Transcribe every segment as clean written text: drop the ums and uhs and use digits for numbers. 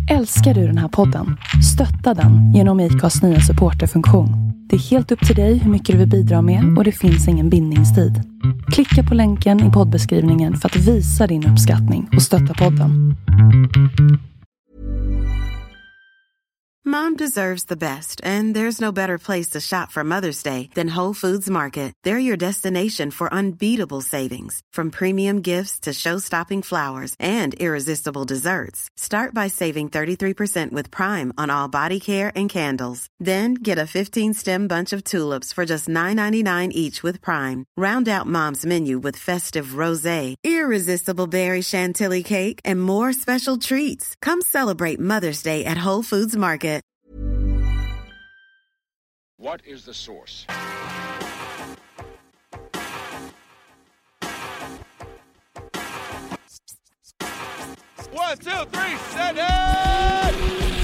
Älskar du den här podden? Stötta den genom IKAs nya supporterfunktion. Det är helt upp till dig hur mycket du vill bidra med och det finns ingen bindningstid. Klicka på länken i poddbeskrivningen för att visa din uppskattning och stötta podden. Mom deserves the best, and there's no better place to shop for Mother's Day than Whole Foods Market. They're your destination for unbeatable savings, from premium gifts to show-stopping flowers and irresistible desserts. Start by saving 33% with Prime on all body care and candles. Then get a 15-stem bunch of tulips for just $9.99 each with Prime. Round out Mom's menu with festive rosé, irresistible berry chantilly cake, and more special treats. Come celebrate Mother's Day at Whole Foods Market. What is the source? One, two, three, set it!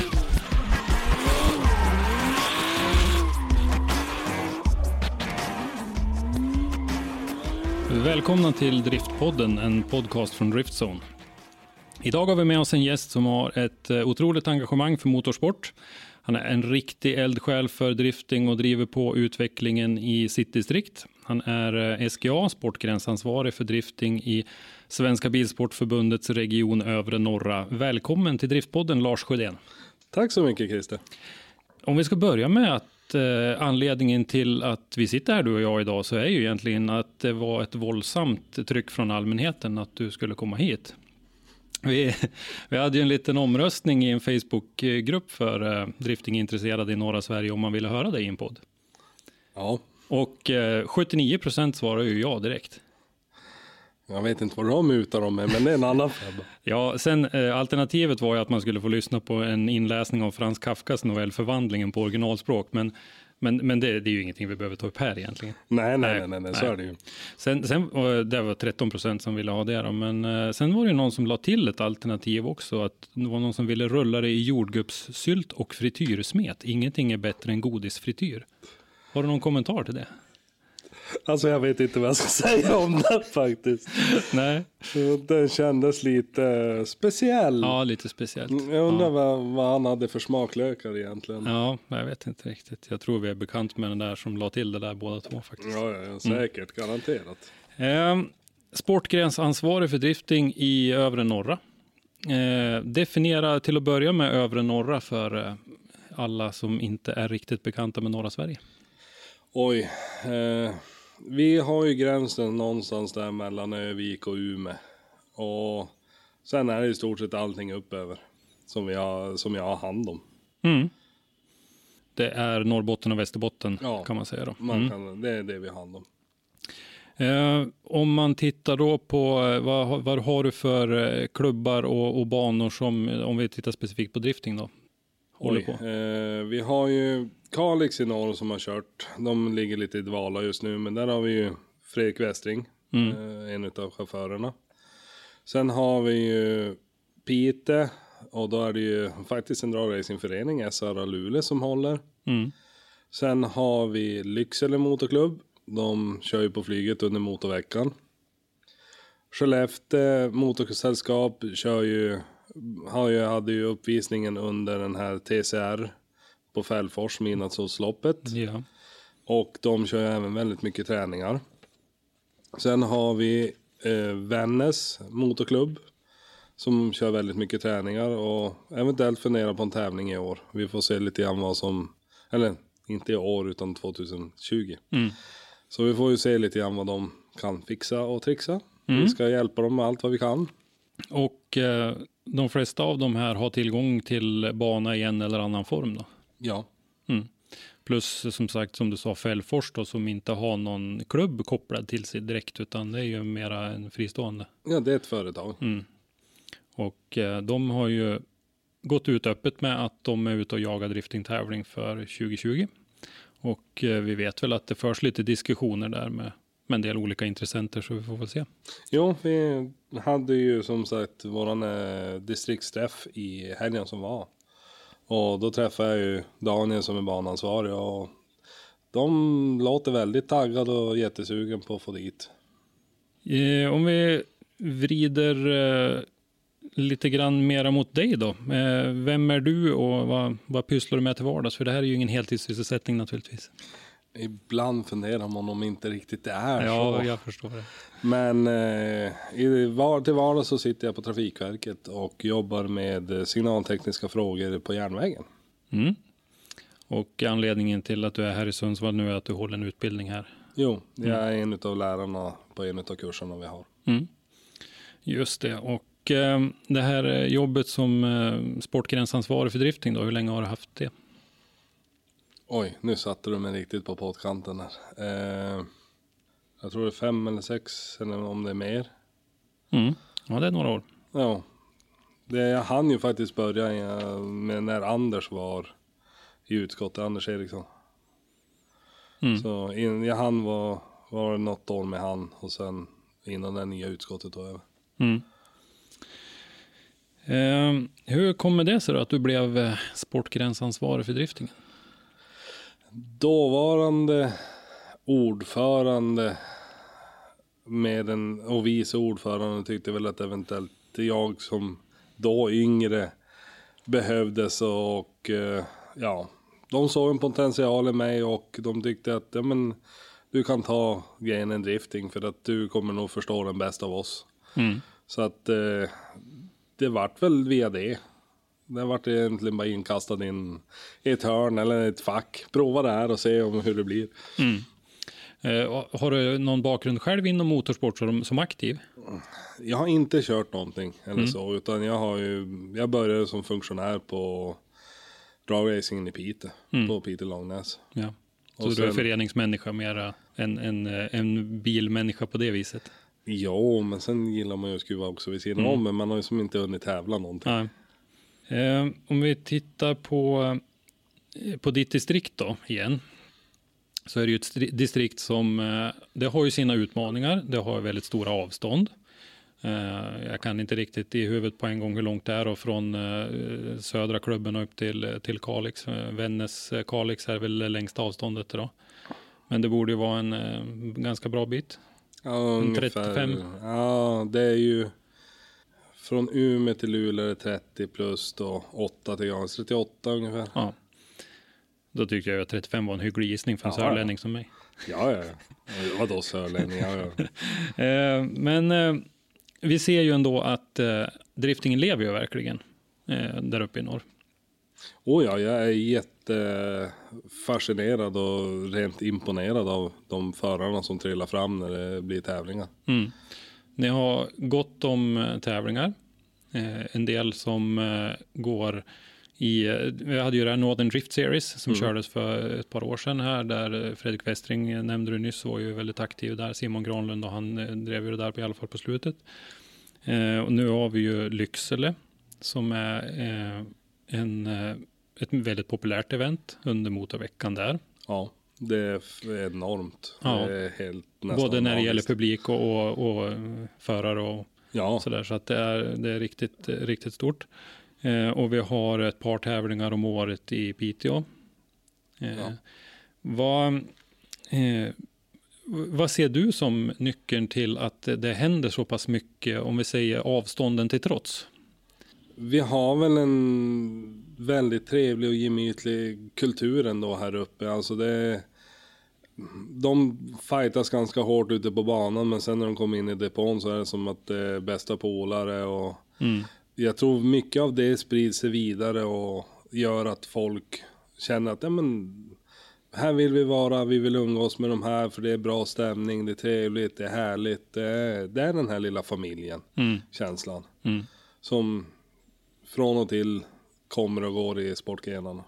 Välkomna till Driftpodden, en podcast från Driftzone. Idag har vi med oss en gäst som har ett otroligt engagemang för motorsport. Han är en riktig eldsjäl för drifting och driver på utvecklingen i sitt distrikt. Han är SGA, sportgränsansvarig för drifting i Svenska Bilsportförbundets region Övre Norra. Välkommen till Driftpodden, Lars Sjödén. Tack så mycket, Christer. Om vi ska börja med att anledningen till att vi sitter här, du och jag, idag, så är ju egentligen att det var ett våldsamt tryck från allmänheten att du skulle komma hit. Vi hade ju en liten omröstning i en Facebookgrupp för driftingintresserade i norra Sverige om man ville höra dig i en podd. Ja. Och 79% svarar ju ja direkt. Jag vet inte vad de mutar om mig, men det är en annan femma. Ja, sen alternativet var ju att man skulle få lyssna på en inläsning av Frans Kafkas novell Förvandlingen på originalspråk, men det är ju ingenting vi behöver ta upp här egentligen. Nej, så är det ju. Sen det var 13% som ville ha det då, men sen var det någon som la till ett alternativ också, att det var någon som ville rulla det i jordgubbssylt och frityrsmet. Ingenting är bättre än godisfrityr. Har du någon kommentar till det? Alltså jag vet inte vad jag ska säga om det faktiskt. Nej. Den kändes lite speciell. Ja, lite speciellt. Jag undrar vad han hade för smaklökar egentligen. Ja, jag vet inte riktigt. Jag tror vi är bekant med den där som la till det där båda två faktiskt. Ja, säkert, garanterat. Sportgränsansvarig för drifting i Övre Norra. Definiera till att börja med Övre Norra för alla som inte är riktigt bekanta med norra Sverige. Oj, vi har ju gränsen någonstans där mellan Övik och Umeå. Och sen är det i stort sett allting uppöver som jag har hand om. Mm. Det är Norrbotten och Västerbotten, kan man säga då. Det är det vi har hand om. Om man tittar då på vad har du för klubbar och banor som, om vi tittar specifikt på drifting då? Vi har ju Kalix i norr som har kört. De ligger lite i dvala just nu, men där har vi ju Fredrik Westring, en av chaufförerna. Sen har vi ju Pite, och då är det ju faktiskt en dragracingförening, SR Luleå, som håller. Sen har vi Lycksele motorklubb. De kör ju på flyget under motorveckan. Skellefteå motorsällskap hade ju uppvisningen under den här TCR på Fällfors, midnattssolsloppet. Ja. Och de kör ju även väldigt mycket träningar. Sen har vi Vännäs motorklubb som kör väldigt mycket träningar och eventuellt funderar på en tävling i år. Vi får se lite grann eller inte i år utan 2020. Så vi får ju se lite grann vad de kan fixa och trixa. Vi ska hjälpa dem med allt vad vi kan. Och de flesta av de här har tillgång till bana i en eller annan form då? Ja. Plus som sagt, som du sa, Fällfors då, som inte har någon klubb kopplad till sig direkt, utan det är ju mera en fristående. Ja, det är ett företag. Och de har ju gått ut öppet med att de är ute och jagar driftingtävling för 2020. Och vi vet väl att det förs lite diskussioner där med en del olika intressenter, så vi får väl se. Jo, vi hade ju som sagt våran distriktsträff i helgen som var. Och då träffade jag ju Daniel som är banansvarig, och de låter väldigt taggade och jättesugen på att få dit. Om vi vrider lite grann mera mot dig då. Vem är du och vad pysslar du med till vardags? För det här är ju ingen heltidssysselsättning naturligtvis. Ibland funderar man om inte riktigt det är så. Ja, jag förstår det. Men till vardags så sitter jag på Trafikverket och jobbar med signaltekniska frågor på järnvägen. Mm. Och anledningen till att du är här i Sundsvall nu är att du håller en utbildning här? Jo, jag är en av lärarna på en av kurserna vi har. Mm. Just det. Och det här jobbet som sportgränsansvarig för drifting då, hur länge har du haft det? Oj, nu satte du mig riktigt på pottkanten här. Jag tror det är 5 eller 6, eller om det är mer. Mm. Ja, det är några år. Ja, jag hann ju faktiskt börja med när Anders var i utskottet, Anders Eriksson. Mm. Så jag hann var något år med han och sen innan det nya utskottet var över. Mm. Hur kommer det sig då att du blev sportgränsansvarig för driftingen? Dåvarande ordförande och vice ordförande tyckte väl att eventuellt jag som då yngre behövdes och ja, de såg en potential i mig och de tyckte att ja, men, du kan ta grenen drifting för att du kommer nog förstå den bäst av oss. Mm. Så att det vart väl via det. Det vart egentligen bara inkastad in i ett hörn eller ett fack. Prova det här och se hur det blir. Mm. Har du någon bakgrund själv inom motorsport som aktiv? Jag har inte kört någonting eller så, utan jag började som funktionär på dragracingen i Piteå, på Piteå Långnäs. Ja. Så du är föreningsmänniska mera än en bilmänniska på det viset? Ja, men sen gillar man ju att skruva också vid sidan om, men man har ju som inte hunnit tävla någonting. Ja. Om vi tittar på ditt distrikt då igen, så är det ju ett distrikt som det har ju sina utmaningar. Det har väldigt stora avstånd. Jag kan inte riktigt i huvudet på en gång hur långt det är och från södra klubben upp till Kalix. Vännäs Kalix är väl längsta avståndet då. Men det borde ju vara en ganska bra bit. Ja, ungefär. 35. Ja, det är ju från Umeå till Luleå 30 plus då 8 till Gans 38 ungefär. Ja. Då tycker jag att 35 var en hygglig gissning för en sörlänning som mig. Ja. Vadå sörlänning? Ja. Men vi ser ju ändå att driftingen lever ju verkligen där uppe i norr. Jag är jättefascinerad och rent imponerad av de förarna som trillar fram när det blir tävlingar. Mm. Ni har gott om tävlingar. En del som går vi hade ju det här Northern Drift Series som kördes för ett par år sedan här, där Fredrik Westring nämnde du nyss, var ju väldigt aktiv där. Simon Granlund och han drev ju det där i alla fall på slutet. Och nu har vi ju Lycksele som är ett väldigt populärt event under motorveckan där. Ja, det är enormt. Ja. Det är helt både när det gäller publik och förare och sådär, så att det är riktigt stort. Och vi har ett par tävlingar om året i Piteå. Vad ser du som nyckeln till att det händer så pass mycket, om vi säger avstånden till trots? Vi har väl en väldigt trevlig och gemytlig kultur ändå här uppe. Alltså de fightas ganska hårt ute på banan, men sen när de kommer in i depån så är det som att det är bästa polare och jag tror mycket av det sprids sig vidare och gör att folk känner att här vill vi vara, vi vill umgås med de här för det är bra stämning, det är trevligt, det är härligt. Det är den här lilla familjen, känslan. Som från och till kommer och går i sportgrenarna.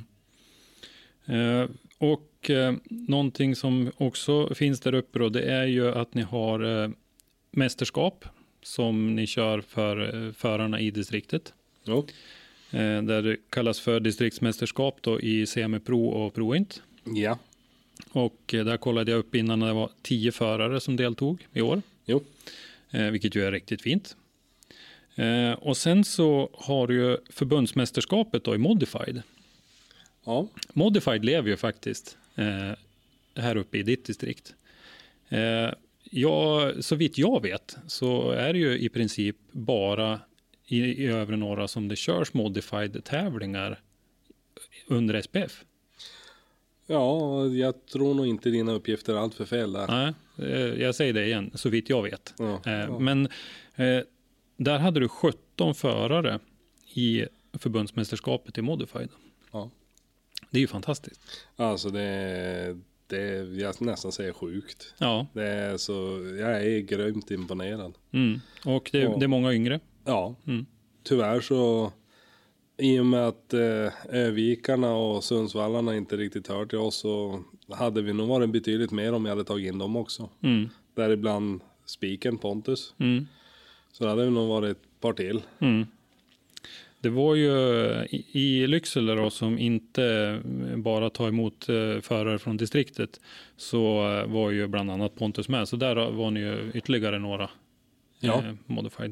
Och någonting som också finns där uppe då, det är ju att ni har mästerskap som ni kör för förarna i distriktet. Jo. Där det kallas för distriktsmästerskap då i semi-pro och pro-int. Ja. Och där kollade jag upp innan, det var 10 förare som deltog i år. Jo. Vilket ju är riktigt fint. Och sen så har du ju förbundsmästerskapet då i Modified. Ja. Modified lever ju faktiskt här uppe i ditt distrikt. Så vitt jag vet så är det ju i princip bara i övre norra som det körs modified tävlingar under SPF? Ja, jag tror nog inte dina uppgifter är allt för fel där. Nej, jag säger det igen, så vitt jag vet. Men där hade du 17 förare i förbundsmästerskapet i modified. Ja. Det är ju fantastiskt. Alltså det jag nästan säger sjukt. Ja. Det är så, jag är grymt imponerad. Och det är många yngre. Ja, tyvärr så i och med att Övikarna och Sundsvallarna inte riktigt hör till oss, så hade vi nog varit betydligt mer om jag hade tagit in dem också. Däribland Spiken Pontus. Så hade vi nog varit ett par till. Det var ju i Lycksele då, som inte bara tar emot förare från distriktet, så var ju bland annat Pontus med. Så där var ni ju ytterligare några modified.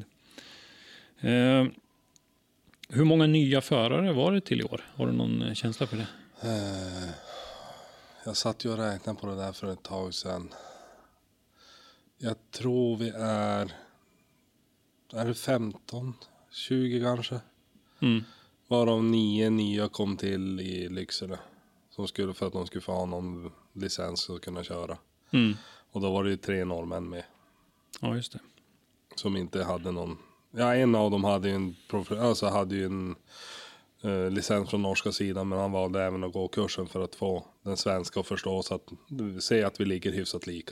Hur många nya förare var det till i år? Har du någon känsla för det? Jag satt ju och räknade på det där för ett tag sedan. Jag tror vi är det 15, 20 kanske. Varav 9 nya kom till i Lycksele. För att de skulle få ha någon licens och kunna köra. Och då var det ju 3 norrmän med. Ja, just det. Som inte hade någon. Ja, en av dem hade ju en licens från norska sidan, men han valde även att gå kursen för att få den svenska och förstå, så att se att vi ligger hyfsat lika.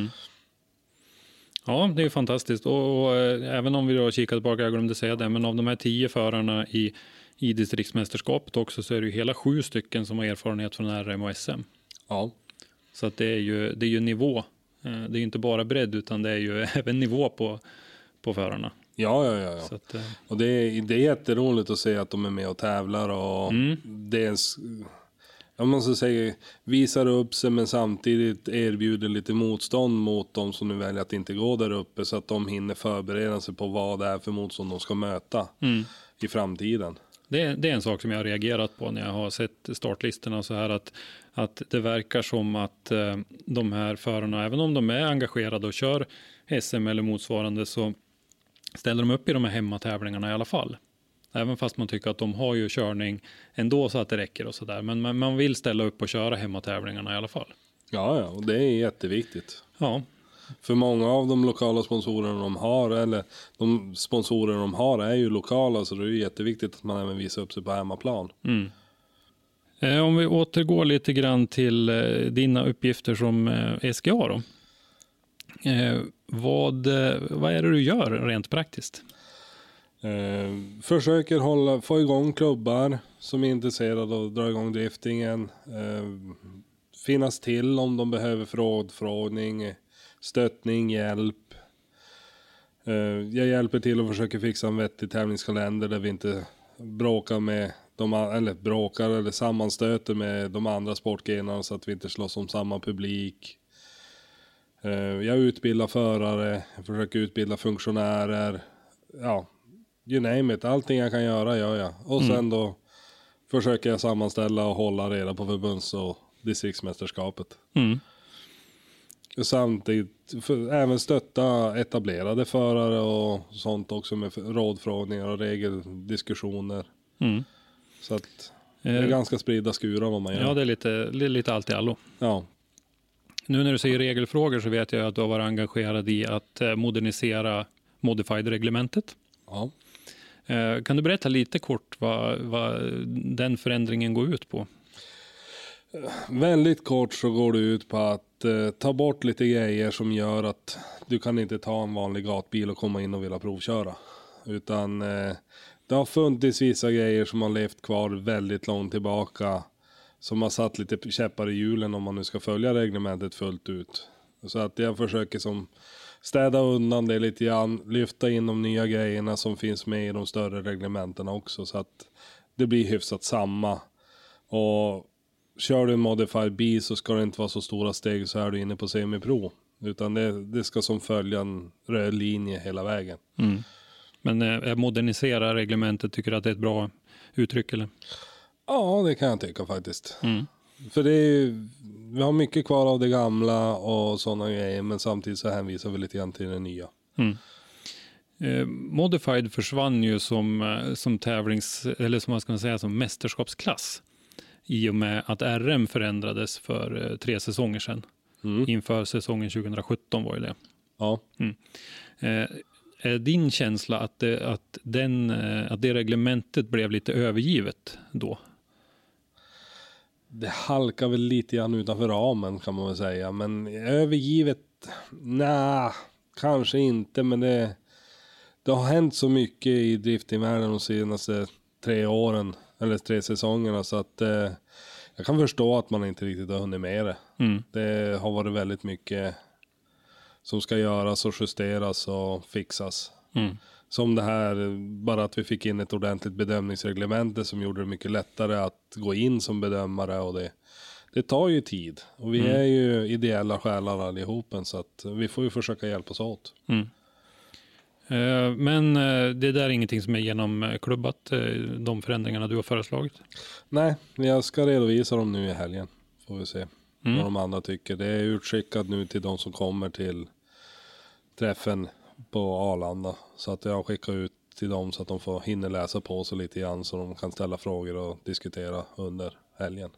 Ja, det är fantastiskt. Och även om vi då kikat tillbaka, jag glömde säga det, men av de här 10 förarna i distriktsmästerskapet också, så är det ju hela 7 stycken som har erfarenhet från RM och SM. Ja. Så att det är ju nivå. Det är ju inte bara bredd, utan det är ju även nivå på förarna. Ja. Så att, och det är jätteroligt att se att de är med och tävlar och dels, jag måste säga, visar upp sig, men samtidigt erbjuder lite motstånd mot de som nu väljer att inte gå där uppe, så att de hinner förbereda sig på vad det är för motstånd de ska möta i framtiden. Det är en sak som jag har reagerat på när jag har sett startlistorna så här, att det verkar som att de här förarna, även om de är engagerade och kör SM eller motsvarande, så ställer de upp i de här hemmatävlingarna i alla fall. Även fast man tycker att de har ju körning ändå så att det räcker och sådär. Men man vill ställa upp och köra hemmatävlingarna i alla fall. Ja, och det är jätteviktigt. Ja. För många av de lokala sponsorerna de har, eller de sponsorer de har, är ju lokala, så det är ju jätteviktigt att man även visar upp sig på hemmaplan. Om vi återgår lite grann till dina uppgifter som SGA då. Vad är det du gör rent praktiskt? Försöker få igång klubbar som är intresserade av att dra igång driftingen. Finnas till om de behöver rådfrågning, stöttning, hjälp. Jag hjälper till och försöker fixa en vettig tävlingskalender där vi inte bråkar eller sammanstöter med de andra sportgrenarna, så att vi inte slåss om samma publik. Jag utbildar förare, jag försöker utbilda funktionärer. Ja, you name it. Allting jag kan göra gör jag. Och sen då försöker jag sammanställa och hålla reda på förbunds- och distriktsmästerskapet. Samtidigt även stötta etablerade förare och sånt också, med rådfrågningar och regeldiskussioner. Så att det är ganska spridda skurar vad man gör. Ja, det är lite allt i allo. Ja. Nu när du säger regelfrågor så vet jag att du har varit engagerad i att modernisera modified-reglementet. Ja. Kan du berätta lite kort vad den förändringen går ut på? Väldigt kort så går det ut på att ta bort lite grejer som gör att du kan inte ta en vanlig gatbil och komma in och vilja provköra. Utan det har funnits vissa grejer som har levt kvar väldigt långt tillbaka, som har satt lite käppar i hjulen om man nu ska följa reglementet fullt ut. Så att jag försöker som städa undan det lite grann, lyfta in de nya grejerna som finns med i de större reglementena också, så att det blir hyfsat samma. Och kör du en modified bil så ska det inte vara så stora steg så är du inne på semipro, utan det ska som följa en röd linje hela vägen. Men modernisera reglementet, tycker du att det är ett bra uttryck eller? Ja, det kan jag tycka faktiskt. För vi har mycket kvar av det gamla och sådana grejer, men samtidigt så hänvisar vi lite grann till det nya. Modified försvann ju som tävlings, eller som man ska säga som mästerskapsklass i och med att RM förändrades för 3 säsonger sedan. Inför säsongen 2017 var ju det. Ja. Är din känsla att det reglementet blev lite övergivet då? Det halkar väl lite grann utanför ramen kan man väl säga. Men övergivet, nej, kanske inte. Men det har hänt så mycket i driftingvärlden de senaste 3 åren, eller 3 säsongerna, så att jag kan förstå att man inte riktigt har hunnit med det. Det har varit väldigt mycket som ska göras och justeras och fixas. Som det här, bara att vi fick in ett ordentligt bedömningsreglemente som gjorde det mycket lättare att gå in som bedömare, och det tar ju tid. Och vi är ju ideella själar allihopen, så att vi får ju försöka hjälpas åt. Men det där är ingenting som är genomklubbat, de förändringarna du har föreslagit? Nej, jag ska redovisa dem nu i helgen. Får vi se vad de andra tycker. Det är utskickat nu till de som kommer till träffen på Arlanda. Så att jag skickar ut till dem så att de får hinna läsa på så lite grann, så de kan ställa frågor och diskutera under helgen.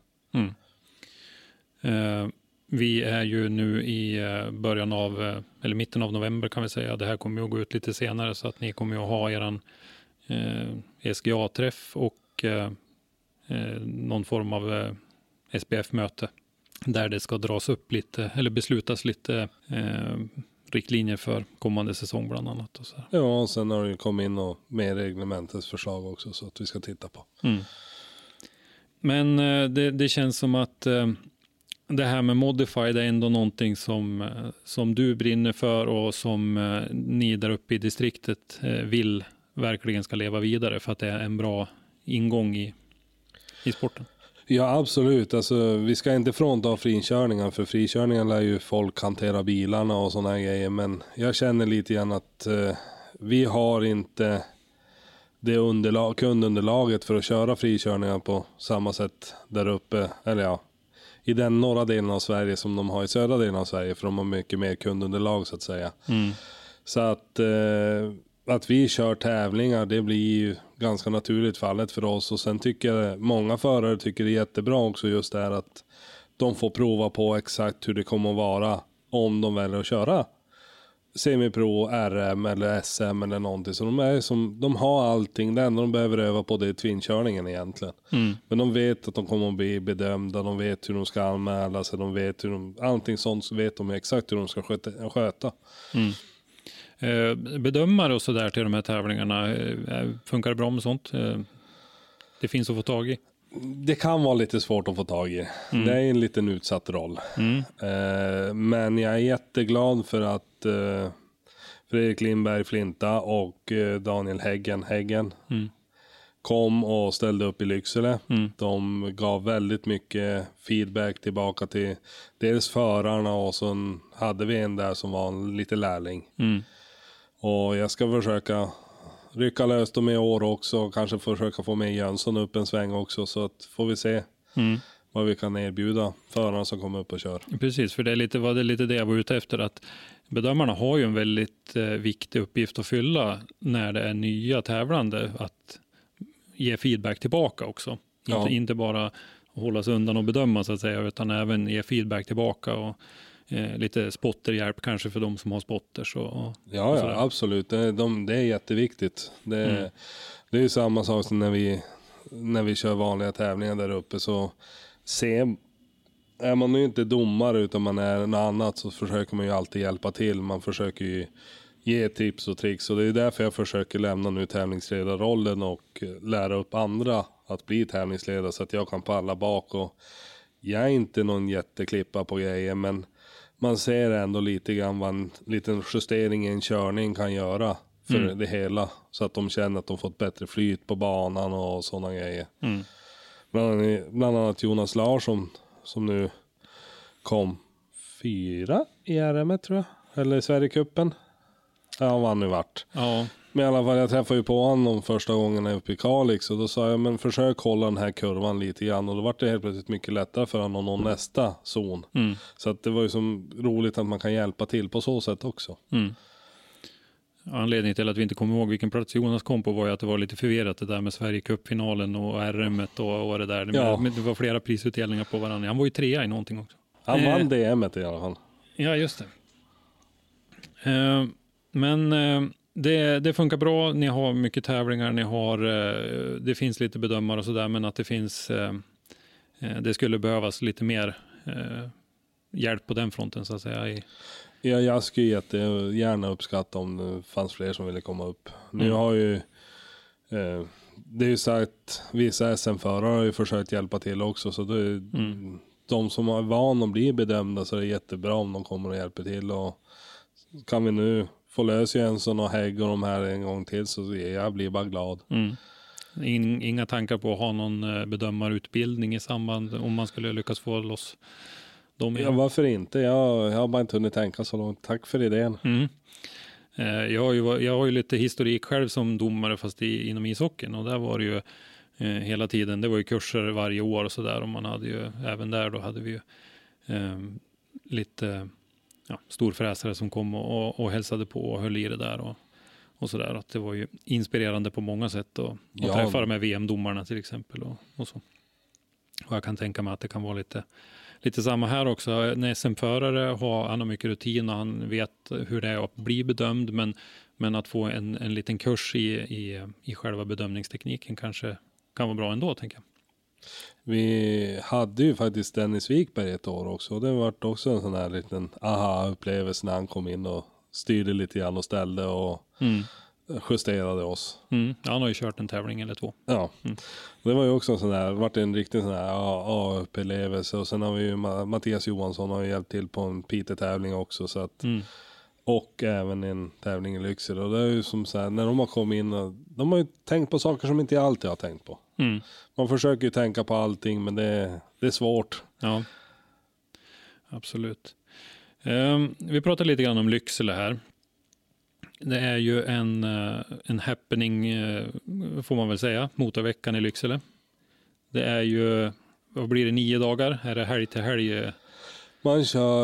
Vi är ju nu i början av, eller mitten av november kan vi säga. Det här kommer ju att gå ut lite senare, så att ni kommer ju att ha eran SGA-träff och någon form av SPF-möte där det ska dras upp lite, eller beslutas lite riktlinjer för kommande säsong bland annat. Och så. Ja, och sen har det ju kommit in och med reglementets förslag också, så att vi ska titta på. Men det känns som att det här med Modified är ändå någonting som du brinner för och som ni där uppe i distriktet vill verkligen ska leva vidare, för att det är en bra ingång i sporten. Ja, absolut. Alltså, vi ska inte frånta frikörningar, för frikörningar lär ju folk hantera bilarna och sådana grejer. Men jag känner lite grann att vi har inte det kundunderlaget för att köra frikörningar på samma sätt där uppe. Eller ja, i den norra delen av Sverige som de har i södra delen av Sverige. För de har mycket mer kundunderlag så att säga. Så att vi kör tävlingar, det blir ju ganska naturligt fallet för oss. Och sen tycker många förare tycker det är jättebra också just det här att de får prova på exakt hur det kommer att vara om de väljer att köra semipro, RM eller SM eller någonting. Så de har allting, det enda de behöver öva på det är tvinkörningen egentligen. Men de vet att de kommer att bli bedömda, de vet hur de ska anmäla sig, de vet allting sånt, så vet de exakt hur de ska sköta. Bedömare och sådär till de här tävlingarna, funkar det bra med sånt? Det finns att få tag i? Det kan vara lite svårt att få tag i. Det är en liten utsatt roll. Men jag är jätteglad för att Fredrik Lindberg Flinta och Daniel Häggen kom och ställde upp i Lycksele. De gav väldigt mycket feedback tillbaka till dels förarna, och så hade vi en där som var lite lärling. Och jag ska försöka rycka löst dem i år också, och kanske försöka få med Jönsson upp en sväng också, så att får vi se vad vi kan erbjuda förarna som kommer upp och kör. Precis, för det är lite det jag var ute efter, att bedömarna har ju en väldigt viktig uppgift att fylla när det är nya tävlande, att ge feedback tillbaka också. Ja. Inte bara hålla sig undan och bedöma så att säga, utan även ge feedback tillbaka och lite spotterhjälp kanske för de som har spotters. Ja, absolut. Det är jätteviktigt. Det är ju samma sak som när vi kör vanliga tävlingar där uppe, så är man ju inte domare utan man är något annat, så försöker man ju alltid hjälpa till. Man försöker ju ge tips och tricks, och det är därför jag försöker lämna nu tävlingsledarrollen och lära upp andra att bli tävlingsledare, så att jag kan palla bak. Och jag är inte någon jätteklippa på grejer, men man ser ändå lite grann vad en liten justering i en körning kan göra för det hela, så att de känner att de fått bättre flyt på banan och sådana grejer. Bland annat Jonas Larsson som nu kom 4 i RM tror jag, eller i Sverigecupen. Ja, han vann nu vart. Ja. Men i alla fall, jag träffade ju på honom första gången uppe i Kalix, och då sa jag, men försök hålla den här kurvan lite grann, och då var det helt plötsligt mycket lättare för honom att nå nästa zon. Så att det var ju som roligt att man kan hjälpa till på så sätt också. Anledningen till att vi inte kommer ihåg vilken plats Jonas kom på var ju att det var lite förvirrat det där med Sverige-cupfinalen och RM-et och det där. Det var flera prisutdelningar på varandra. Han var ju 3 i någonting också. Han vann DM-et i alla fall. Ja, just det. Men det funkar bra. Ni har mycket tävlingar. Det finns lite bedömare och sådär, men att det finns... det skulle behövas lite mer hjälp på den fronten så att säga. Ja, jag skulle gärna uppskatta om det fanns fler som ville komma upp. Nu har ju det är ju sagt, vissa SM-förare har ju försökt hjälpa till också, så det, de som är van att bli bedömda, så är det jättebra om de kommer och hjälper till. Och kan vi nu få lös Jönsson och Hägg och de här en gång till, så jag blir bara glad. Inga tankar på att ha någon bedömarutbildning i samband om man skulle lyckas få loss dem? Ja, varför inte? Jag har bara inte hunnit tänka så långt. Tack för idén. Jag har ju lite historik själv som domare, fast inom ishockeyn, och där var det ju hela tiden, det var ju kurser varje år och sådär, och man hade ju även där, då hade vi ju lite storfräsare som kom och hälsade på och höll i det där och sådär, att det var ju inspirerande på många sätt och träffa med VM-domarna till exempel och så. Och jag kan tänka mig att det kan vara lite samma här också. En SM-förare han har mycket rutin och han vet hur det är att bli bedömd, men att få en liten kurs i själva bedömningstekniken kanske kan vara bra ändå, tänker jag. Vi hade ju faktiskt Dennis Wikberg ett år också, och det var också en sån här liten aha-upplevelse när han kom in och styrde lite grann och ställde och justerade oss. Han har ju kört en tävling eller 2. Ja, det var ju också en sån där, varit en riktig sån här A-upplevelse, och sen har vi ju Mattias Johansson har ju hjälpt till på en Piteå-tävling också, så att och även en tävling i Lycksele, och det är ju som så här, när de har kommit in och, de har ju tänkt på saker som inte jag alltid har tänkt på. Man försöker ju tänka på allting, men det är svårt. Ja, absolut. Vi pratar lite grann om Lycksele här. Det är ju en happening, får man väl säga, motorveckan i Lycksele. Det är ju, vad blir det, 9 dagar? Är det helg till helg? Man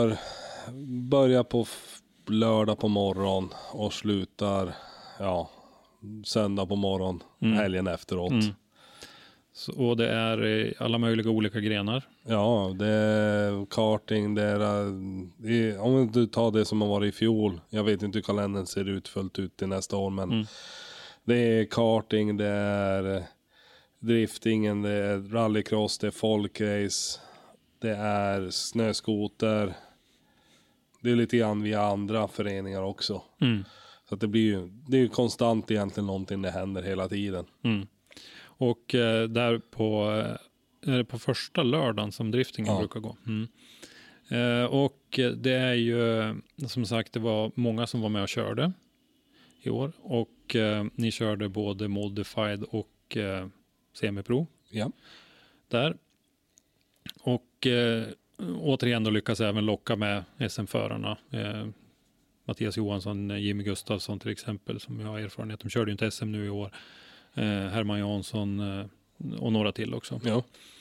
börjar på lördag på morgon och slutar söndag på morgon, helgen efteråt. Och det är alla möjliga olika grenar. Ja, det är karting, det är om du tar det som har varit i fjol, jag vet inte hur kalendern ser ut fullt ut i nästa år, men det är karting, det är driftingen, det är rallycross, det är folkrace, det är snöskoter, det är lite grann via andra föreningar också. Så att det är ju konstant egentligen någonting, det händer hela tiden. Och där är det på första lördagen som driftingen brukar gå. Och det är ju, som sagt, det var många som var med och körde i år. Och ni körde både modified och semipro. Ja. Där. Och återigen då lyckas även locka med SM-förarna. Mattias Johansson, Jimmy Gustafsson till exempel, som jag har erfarenhet. De körde ju inte SM nu i år. Herman Jansson och några till också. Ja.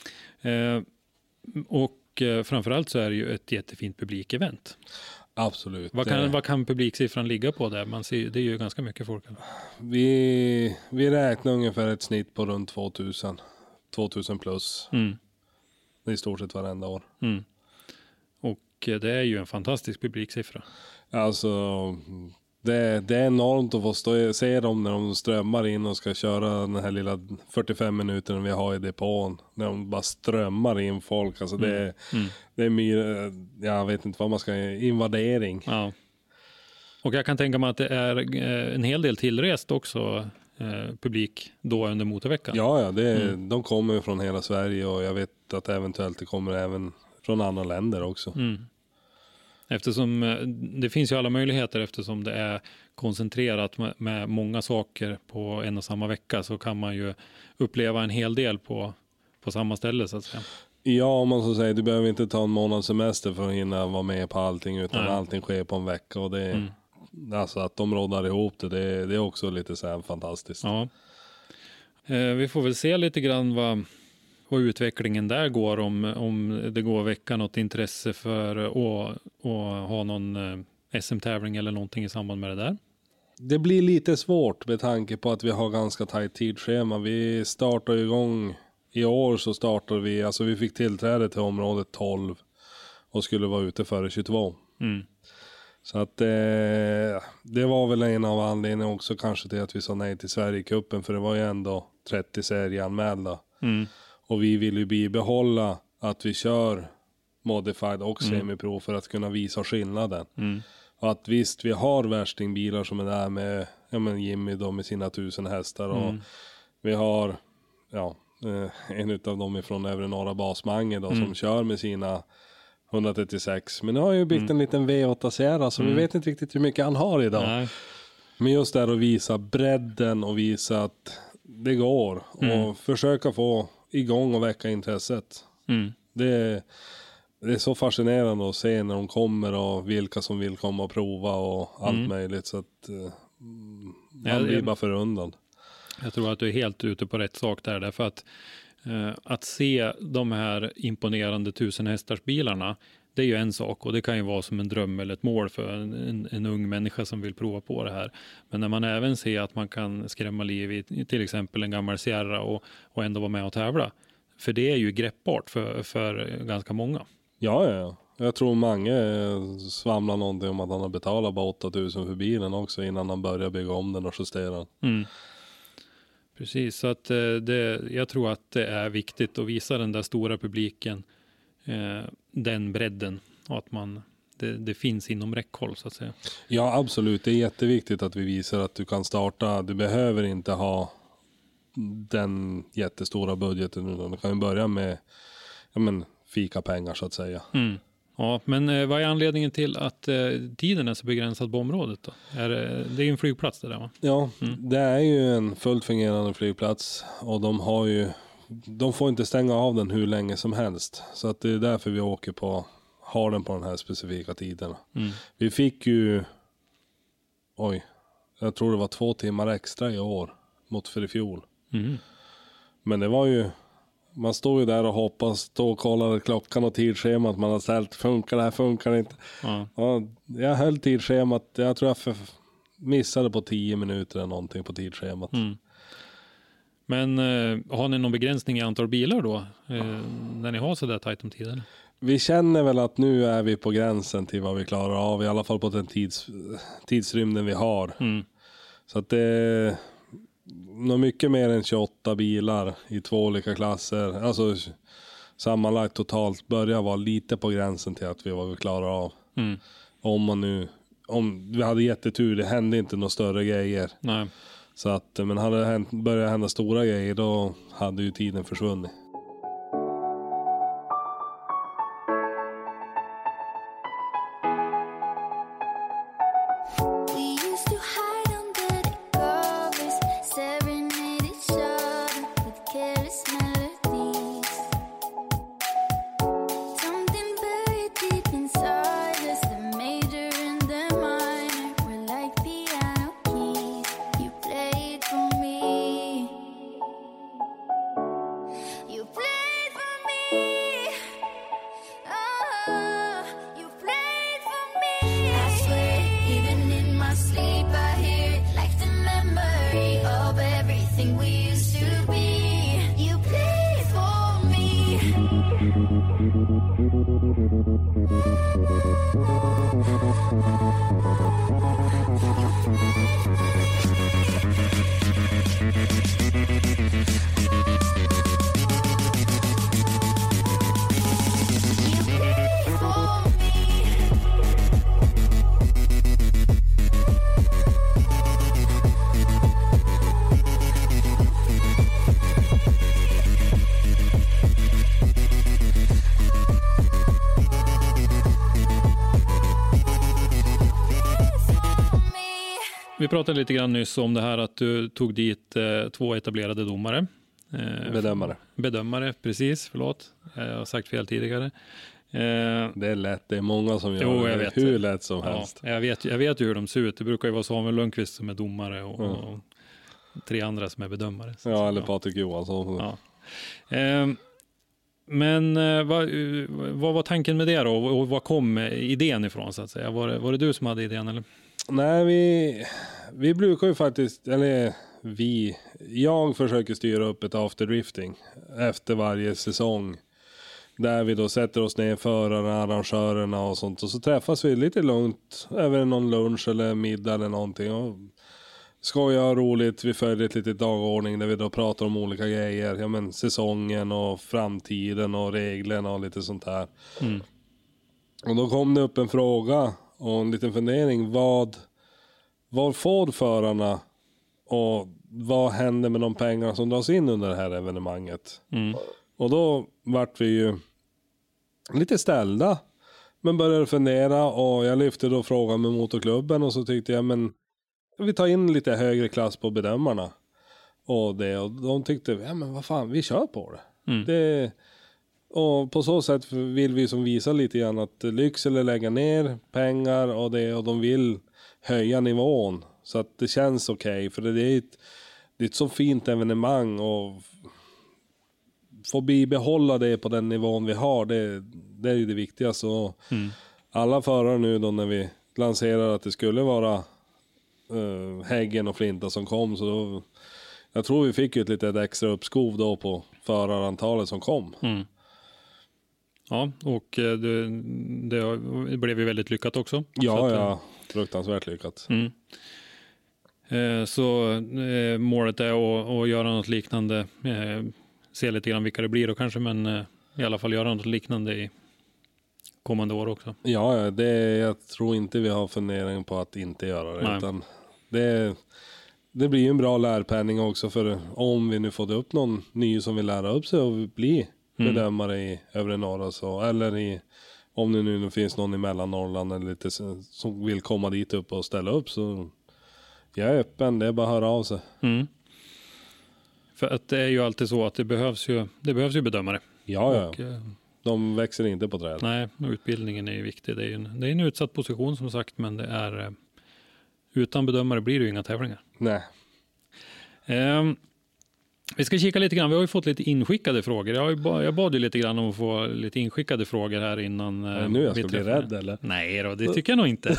Och framförallt så är det ju ett jättefint publikevent. Absolut. Vad kan publiksiffran ligga på där? Man ser, det är ju ganska mycket folk. Vi räknar ungefär ett snitt på runt 2000 plus. Det är i stort sett varenda år. Och det är ju en fantastisk publiksiffra. Alltså, det är enormt att få se dem när de strömmar in och ska köra den här lilla 45 minuterna vi har i depån. När de bara strömmar in folk. Alltså det är mer, jag vet inte vad man ska, invadering. Ja. Och jag kan tänka mig att det är en hel del tillrest också, publik då under motorveckan. Ja, de kommer från hela Sverige, och jag vet att eventuellt det kommer även från andra länder också. Eftersom det finns ju alla möjligheter, eftersom det är koncentrerat med många saker på en och samma vecka, så kan man ju uppleva en hel del på samma ställe, så att säga. Ja, om man så säger, du behöver inte ta en månads semester för att hinna vara med på allting, utan allting sker på en vecka, och det alltså att de råddar ihop det är också lite så här fantastiskt. Ja. Vi får väl se lite grann vad utvecklingen där går, om det går vecka något intresse för att ha någon SM-tävling eller någonting i samband med det där. Det blir lite svårt med tanke på att vi har ganska tajt tidsschema. Vi startar igång, i år så startar vi, alltså vi fick tillträde till området 12 och skulle vara ute före 22. Så att det var väl en av anledningarna också kanske till att vi sa nej till Sverigecupen, för det var ju ändå 30 serieanmälda. Och vi vill ju bibehålla att vi kör modified och semipro för att kunna visa skillnaden. Och att visst, vi har värstingbilar som är där med Jimmy då med sina 1000 hästar och vi har en utav dem ifrån övre norra Basmange då som kör med sina 136. Men nu har jag ju byggt en liten V8 Sierra så vi vet inte riktigt hur mycket han har idag. Nej. Men just där att visa bredden och visa att det går och försöka få igång och väcka intresset. Det är så fascinerande att se när de kommer och vilka som vill komma och prova och allt möjligt, så att man blir bara förundrad. Jag tror att du är helt ute på rätt sak där, därför att se de här imponerande 1000 hästars bilarna, det är ju en sak och det kan ju vara som en dröm eller ett mål för en ung människa som vill prova på det här. Men när man även ser att man kan skrämma liv i till exempel en gammal Sierra och ändå vara med och tävla, för det är ju greppbart för ganska många. Ja. Jag tror många svamlar någonting om att han har betalat bara 8000 för bilen också innan han börjar bygga om den och justera den. Precis, så att jag tror att det är viktigt att visa den där stora publiken den bredden och att det finns inom räckhåll så att säga. Ja, absolut. Det är jätteviktigt att vi visar att du kan starta. Du behöver inte ha den jättestora budgeten utan du kan ju börja med fika pengar så att säga. Ja, men vad är anledningen till att tiden är så begränsad på området då? Det är ju en flygplats det där, va? Ja, det är ju en fullt fungerande flygplats och de får inte stänga av den hur länge som helst. Så att det är därför vi har den på den här specifika tiden. Vi fick ju jag tror det var 2 timmar extra i år mot för i fjol. Men det var ju, man står ju där och hoppas, och kollar klockan och tidschemat man har ställt. Funkar det här, funkar det inte? Ja, jag höll tidschemat, jag tror jag missade på 10 minuter eller någonting på tidschemat. Men har ni någon begränsning i antal bilar då? När ni har så där tajt om tiden? Vi känner väl att nu är vi på gränsen till vad vi klarar av. I alla fall på den tidsrymden vi har. Så att det är nog mycket mer än 28 bilar i 2 olika klasser. Alltså sammanlagt totalt börjar vara lite på gränsen till att vi klarar av. Om vi hade jättetur, det hände inte några större grejer. Nej. Så att, men hade det börjat hända stora grejer då hade ju tiden försvunnit. Vi pratade lite grann nyss om det här att du tog dit 2 etablerade domare. Bedömare, precis, förlåt. Jag har sagt fel tidigare. Det är lätt, det är många som gör det hur lätt som helst. Jag vet ju hur de ser ut. Det brukar ju vara Samuel Lundqvist som är domare och 3 andra som är bedömare. Ja, eller Patrik Johansson. Ja. Men vad var tanken med det då? Och vad kom idén ifrån så att säga? Var det du som hade idén eller? Nej, vi brukar ju faktiskt, jag försöker styra upp ett afterdrifting efter varje säsong. Där vi då sätter oss ner, förarna, arrangörerna och sånt. Och så träffas vi lite lugnt över någon lunch eller middag eller någonting. Och skojar roligt, vi följer ett litet dagordning där vi då pratar om olika grejer. Ja men säsongen och framtiden och reglerna och lite sånt här. Och då kom det upp en fråga och en liten fundering. Vad får förarna och vad händer med de pengarna som dras in under det här evenemanget? Och då vart vi ju lite ställda. Men började fundera och jag lyfte då frågan med motorklubben och så tyckte jag men vi tar in lite högre klass på bedömarna. Och de tyckte, ja men vad fan, vi kör på det. Och på så sätt vill vi som visa lite grann att Lycksele lägga ner pengar och de vill höja nivån. Så att det känns okej. För det är ett så fint evenemang och få bibehålla det på den nivån vi har, det är ju det viktigaste. Och alla förare nu då när vi lanserar att det skulle vara Häggen och Flinta som kom, så då, jag tror vi fick ju ett litet extra uppskov då på förarantalet som kom. Ja, och det blev ju väldigt lyckat också. Ja, fruktansvärt lyckat. Så målet är att göra något liknande, se lite grann vilka det blir och kanske, men i alla fall göra något liknande i kommande år också. Ja, jag tror inte vi har fundering på att inte göra det. Utan det blir ju en bra lärpenning också, för om vi nu får upp någon ny som vill lära upp sig och bli bedömare i övre norra, så, eller om det nu finns någon i Mellannorrland eller lite som vill komma dit upp och ställa upp, så jag är öppen, det är bara att höra av sig. För att det är ju alltid så att det behövs ju bedömare. Ja. Och, de växer inte på träd. Nej, utbildningen är ju viktig. Det är en utsatt position som sagt, men det är utan bedömare blir det ju inga tävlingar. Nej. Vi ska kika lite grann. Vi har ju fått lite inskickade frågor. Jag bad ju lite grann om att få lite inskickade frågor här innan. Nu jag ska bli rädd eller? Nej då, det tycker jag nog inte.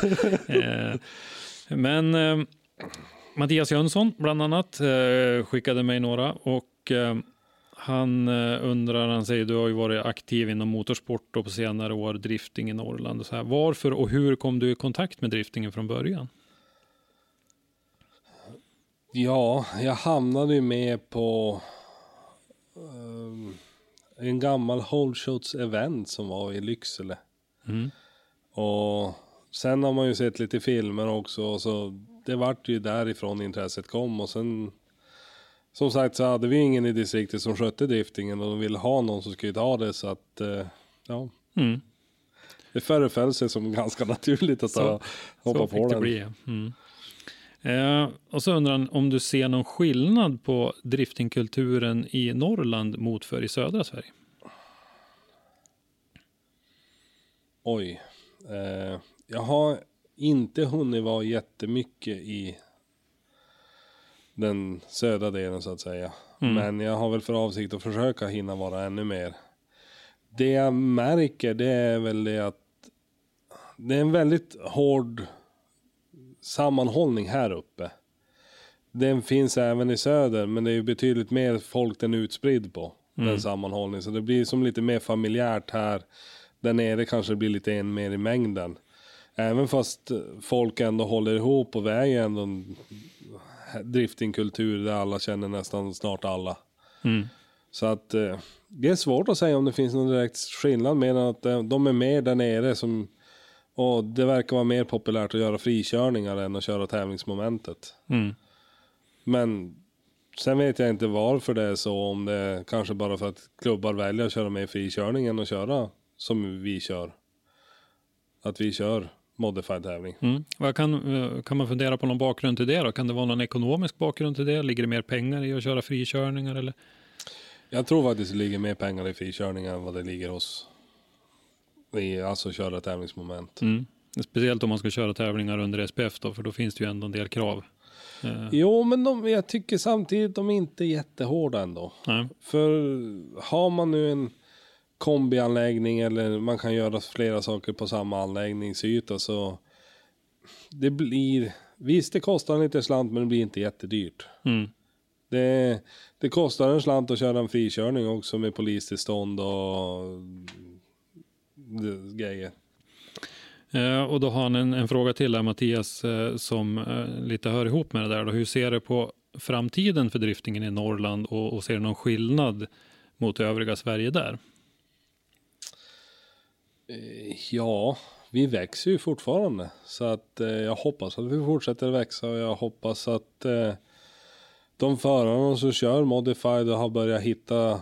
Men Mattias Jönsson bland annat skickade mig några och han säger, du har ju varit aktiv inom motorsport och på senare år drifting i Norrland och så här. Varför och hur kom du i kontakt med driftingen från början? Ja, jag hamnade ju med på en gammal Holdshots event som var i Lycksele. Och sen har man ju sett lite filmer också, så det vart ju därifrån intresset kom. Och sen som sagt så hade vi ingen i distriktet som skötte driftingen och de ville ha någon som skulle ta det, så att ja. Det föreföll sig som ganska naturligt att hoppa på den. Bli, och så undrar han om du ser någon skillnad på driftingkulturen i Norrland mot för i södra Sverige? Oj. Jag har inte hunnit vara jättemycket i den södra delen så att säga. Men jag har väl för avsikt att försöka hinna vara ännu mer. Det jag märker, det är väl det att det är en väldigt hård sammanhållning här uppe. Den finns även i söder, men det är ju betydligt mer folk den är utspridd på. Den sammanhållningen. Så det blir som lite mer familjärt här. Där nere kanske det blir lite mer i mängden. Även fast folk ändå håller ihop och vi är ju ändå en driftingkultur där alla känner nästan snart alla. Så att det är svårt att säga om det finns någon direkt skillnad, med att de är mer där nere som, och det verkar vara mer populärt att göra frikörningar än att köra tävlingsmomentet. Men sen vet jag inte varför det är så, om det är kanske bara för att klubbar väljer att köra mer frikörningen och köra som vi kör. Att vi kör modified tävling. Vad kan man fundera på någon bakgrund till det då? Kan det vara någon ekonomisk bakgrund till det? Ligger det mer pengar i att köra frikörningar eller? Jag tror faktiskt det ligger mer pengar i frikörningar än vad det ligger hos alltså köra tävlingsmoment. Speciellt om man ska köra tävlingar under SPF då, för då finns det ju ändå en del krav. Jo, men jag tycker samtidigt de är inte jättehårda ändå. För har man nu en kombianläggning eller man kan göra flera saker på samma anläggningsyta, så det blir, visst det kostar lite slant men det blir inte jättedyrt. Det kostar en slant att köra en frikörning också med polistillstånd och grejer. Och då har han en fråga till där, Mattias, som lite hör ihop med det där. Då. Hur ser du på framtiden för driftingen i Norrland och ser du någon skillnad mot övriga Sverige där? Ja, vi växer ju fortfarande. Så att jag hoppas att vi fortsätter växa och jag hoppas att de förarna som kör Modified har börjat hitta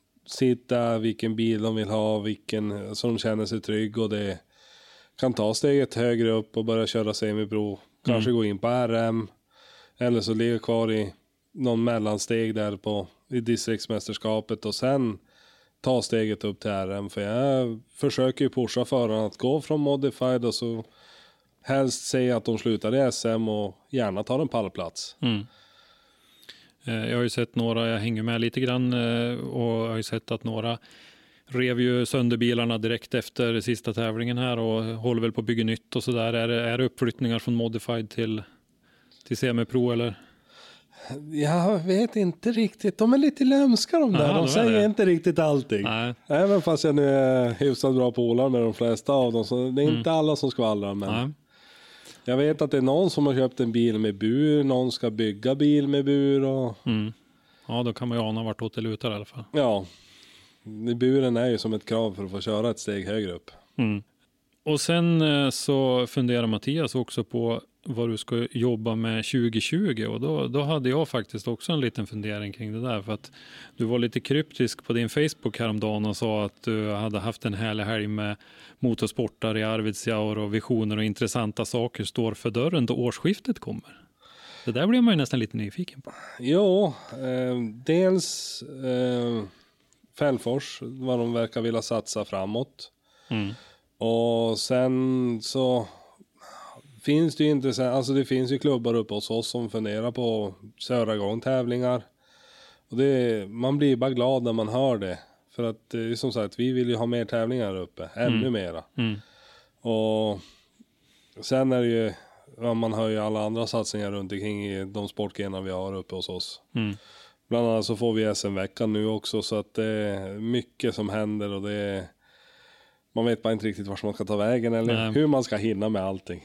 vilken bil de vill ha, vilken som de känner sig trygg och det kan ta steget högre upp och börja köra semipro. Kanske gå in på RM eller så ligga kvar i någon mellansteg där i distriktsmästerskapet och sen ta steget upp till RM. För jag försöker ju pusha förarna att gå från Modified och så helst säga att de slutar i SM och gärna tar en pallplats. Jag har ju sett några, jag hänger med lite grann och jag har ju sett att några rev ju sönder bilarna direkt efter sista tävlingen här och håller väl på att bygga nytt och sådär. Är det uppflyttningar från Modified till semipro eller? Jag vet inte riktigt. De är lite lömska de där. De säger inte riktigt allting. Nej. Även fast jag nu är hyfsat bra polare med de flesta av dem. Så det är inte alla som skvallrar. Men jag vet att det är någon som har köpt en bil med bur. Någon ska bygga bil med bur. Och... Ja, då kan man ju ana vart åt det lutar i alla fall. Ja, buren är ju som ett krav för att få köra ett steg högre upp. Och sen så funderar Mattias också på vad du ska jobba med 2020 och då hade jag faktiskt också en liten fundering kring det där för att du var lite kryptisk på din Facebook häromdagen och sa att du hade haft en härlig helg med motorsportar i Arvidsjaur och visioner och intressanta saker står för dörren då årsskiftet kommer. Det där blir man ju nästan lite nyfiken på. Jo, dels Fällfors, vad de verkar vilja satsa framåt. Och sen så finns det ju intressant, alltså det finns ju klubbar uppe hos oss som funderar på att köra igång tävlingar. Och man blir bara glad när man hör det. För att som sagt, vi vill ju ha mer tävlingar uppe, ännu mera. Och sen är det ju, man hör ju alla andra satsningar runt omkring i de sportgrenar vi har uppe hos oss. Bland annat så får vi SM-veckan nu också så att det är mycket som händer och man vet bara inte riktigt vart man ska ta vägen eller hur man ska hinna med allting.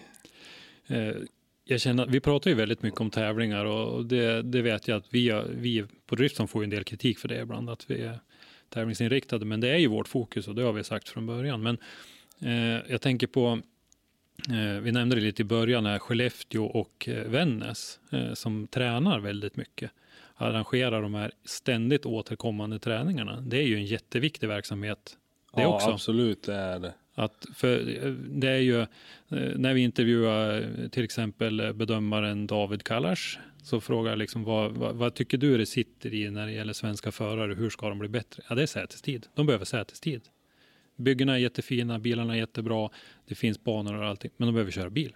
Jag känner att vi pratar ju väldigt mycket om tävlingar och det vet jag att vi på Driftzone får ju en del kritik för det ibland att vi är tävlingsinriktade men det är ju vårt fokus och det har vi sagt från början. Men jag tänker på, vi nämnde det lite i början här, Skellefteå och Vännäs som tränar väldigt mycket. Arrangerar de här ständigt återkommande träningarna. Det är ju en jätteviktig verksamhet. Det också. Ja, absolut, det är det. För det är ju, när vi intervjuar till exempel bedömaren David Kallars så frågar jag liksom vad tycker du det sitter i när det gäller svenska förare, hur ska de bli bättre? Ja, det är sätestid. De behöver sätestid. Byggena är jättefina, bilarna är jättebra, det finns banor och allting, men de behöver köra bil.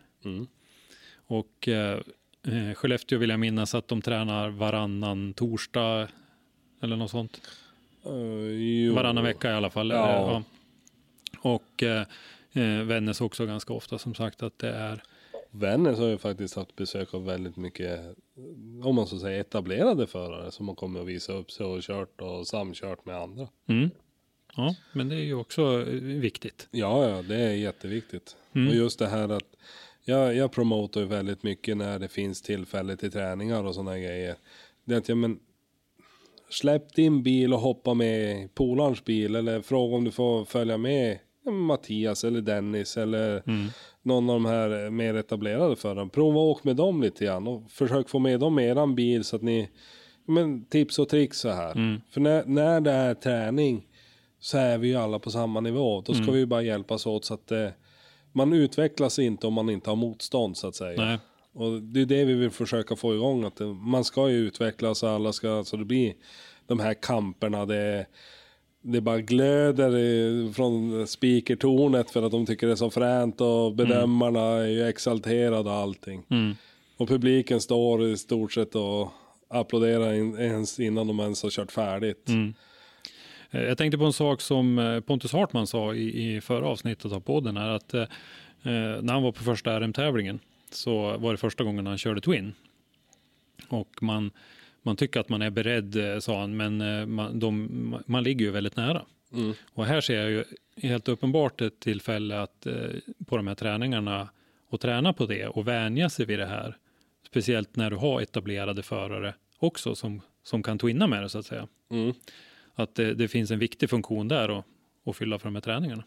Och Skellefteå vill jag minnas att de tränar varannan torsdag eller något sånt. Varannan vecka i alla fall. Ja. Och Vännäs också ganska ofta som sagt att det är... Vännäs har ju faktiskt haft besök av väldigt mycket, om man så säger, etablerade förare som har kommit och visat upp sig och kört och samkört med andra. Ja, men det är ju också viktigt. Ja, det är jätteviktigt. Och just det här att jag promotar ju väldigt mycket när det finns tillfälle till träningar och sådana grejer. Det är att släpp din bil och hoppa med polarns bil eller fråga om du får följa med Mattias eller Dennis eller någon av de här mer etablerade förarna. Prova åk med dem lite grann och försök få med dem i eran bil så att ni, tips och tricks så här. För när det är träning så är vi ju alla på samma nivå. Då ska vi ju bara hjälpas åt så att man utvecklas inte om man inte har motstånd så att säga. Nej. Och det är det vi vill försöka få igång. Att man ska ju utvecklas och alla ska, så det blir de här kamperna. Det bara glöder från speakertornet för att de tycker det är så fränt och bedömarna är ju exalterade och allting. Och publiken står i stort sett och applåderar ens innan de ens har kört färdigt. Jag tänkte på en sak som Pontus Hartman sa i förra avsnittet av podden här, att när han var på första RM-tävlingen så var det första gången han körde Twin. Och man tycker att man är beredd, sa han, men man ligger ju väldigt nära. Mm. Och här ser jag ju helt uppenbart ett tillfälle att på de här träningarna och träna på det och vänja sig vid det här. Speciellt när du har etablerade förare också som kan twinna med det, så att säga. Mm. Att det finns en viktig funktion där att fylla för de här träningarna.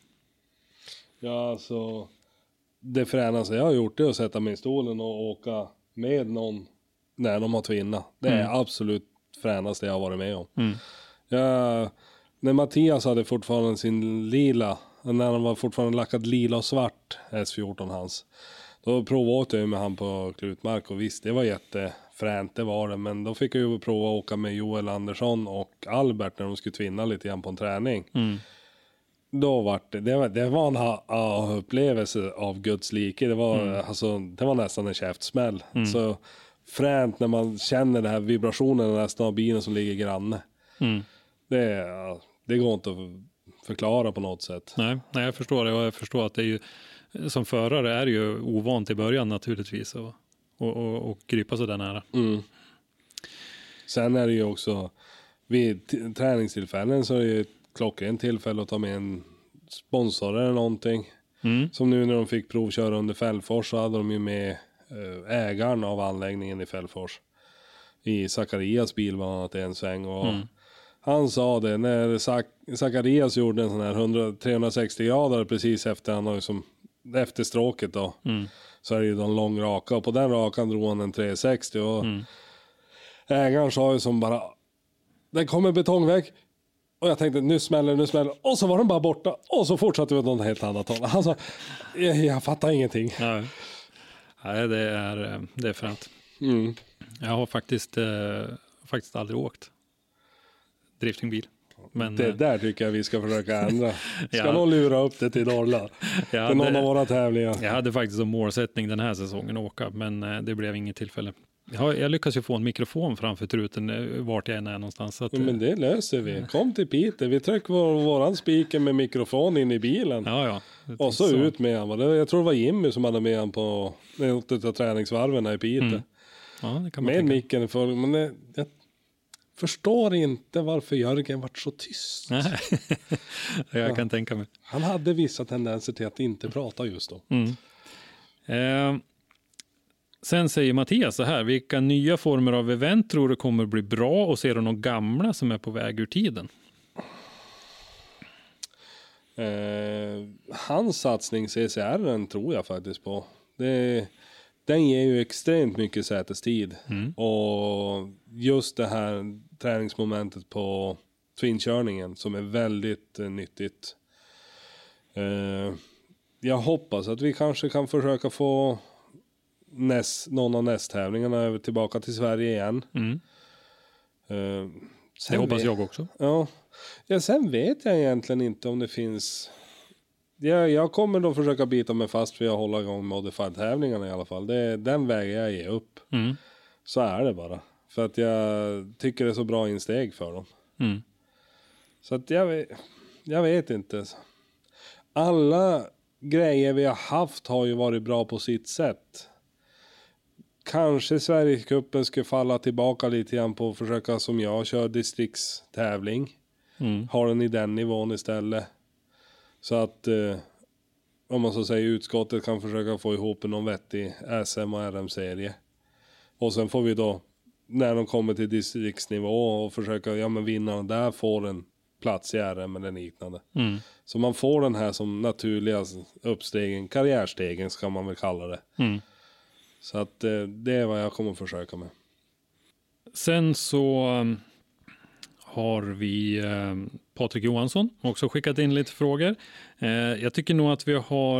Ja, alltså det fränaste jag har gjort är att sätta mig i stolen och åka med någon när de har twinna. Det är absolut fränaste jag har varit med om. Mm. När Mattias hade fortfarande sin lila, när han var fortfarande lackad lila och svart S14 hans, då provade jag med han på Klutmark, och visst, det var jättefränt, det var det, men då fick jag ju prova att åka med Joel Andersson och Albert när de skulle twinna lite grann på en träning. Mm. Då var det var en upplevelse av Guds like. Det var nästan en käftsmäll. Mm. Så fränt när man känner den här vibrationen nästan av bilen som ligger granne. Mm. Det går inte att förklara på något sätt. Nej, jag förstår det, och jag förstår att det är ju, som förare är det ju ovant i början naturligtvis och gripa sig där nära. Mm. Sen är det ju också vid träningstillfällen så är det ju ett klockrent tillfälle att ta med en sponsor eller någonting. Mm. Som nu när de fick provköra under Fällfors så hade de ju med ägaren av anläggningen i Fällfors i Zacharias bil bland annat en sväng, och han sa det när Zacharias gjorde en sån här 360 grader precis efter han har som efter stråket då, så är det ju en lång raka, och på den rakan drog han en 360 och ägaren sa ju som bara, det kommer betongvägg. Och jag tänkte, nu smäller. Och så var den bara borta. Och så fortsatte vi något helt annat håll. Alltså, jag fattar ingenting. Nej, det är fränt. Mm. Jag har faktiskt aldrig åkt driftingbil. Men, det där tycker jag vi ska försöka ändra. Ska någon lura upp det till Norrland? Till någon av våra tävlingar. Jag hade faktiskt som målsättning den här säsongen att åka. Men det blev inget tillfälle. Jag lyckas ju få en mikrofon framför truten vart jag än är någonstans. Så att, men det löser vi. Kom till Peter. Vi trycker våran speaker med mikrofon in i bilen. Ja. Och så ut med han. Jag tror det var Jimmy som hade med han på något av träningsvarven i Peter. Mm. Ja, det kan man med micken för. Men jag förstår inte varför Jörgen varit så tyst. Jag kan tänka mig. Han hade vissa tendenser till att inte prata just då. Sen säger Mattias så här: vilka nya former av event tror du kommer bli bra, och ser du några gamla som är på väg ur tiden? Hans satsning CCR tror jag faktiskt på. Den ger ju extremt mycket sätestid. Och just det här träningsmomentet på twinkörningen som är väldigt nyttigt. Jag hoppas att vi kanske kan försöka få någon av nästtävlingarna tillbaka till Sverige igen. Det hoppas jag också. Ja, sen vet jag egentligen inte om det finns. Jag kommer då försöka bita mig fast för att hålla igång modified-tävlingarna i alla fall. Det är den vägen jag ger upp. Så är det bara. För att jag tycker det är så bra insteg för dem. Så att jag vet inte. Alla grejer vi har haft har ju varit bra på sitt sätt. Kanske Sverigecupen skulle falla tillbaka lite grann på att försöka som jag kör distriktstävling. Har den i den nivån istället. Så att om man så säger utskottet kan försöka få ihop någon vettig SM och RM-serie. Och sen får vi då när de kommer till distriktsnivå och försöka vinna där, får en plats i RM eller liknande. Så man får den här som naturliga uppstegen, karriärstegen ska man väl kalla det. Så att det är vad jag kommer att försöka med. Sen så har vi Patrik Johansson också skickat in lite frågor. Jag tycker nog att vi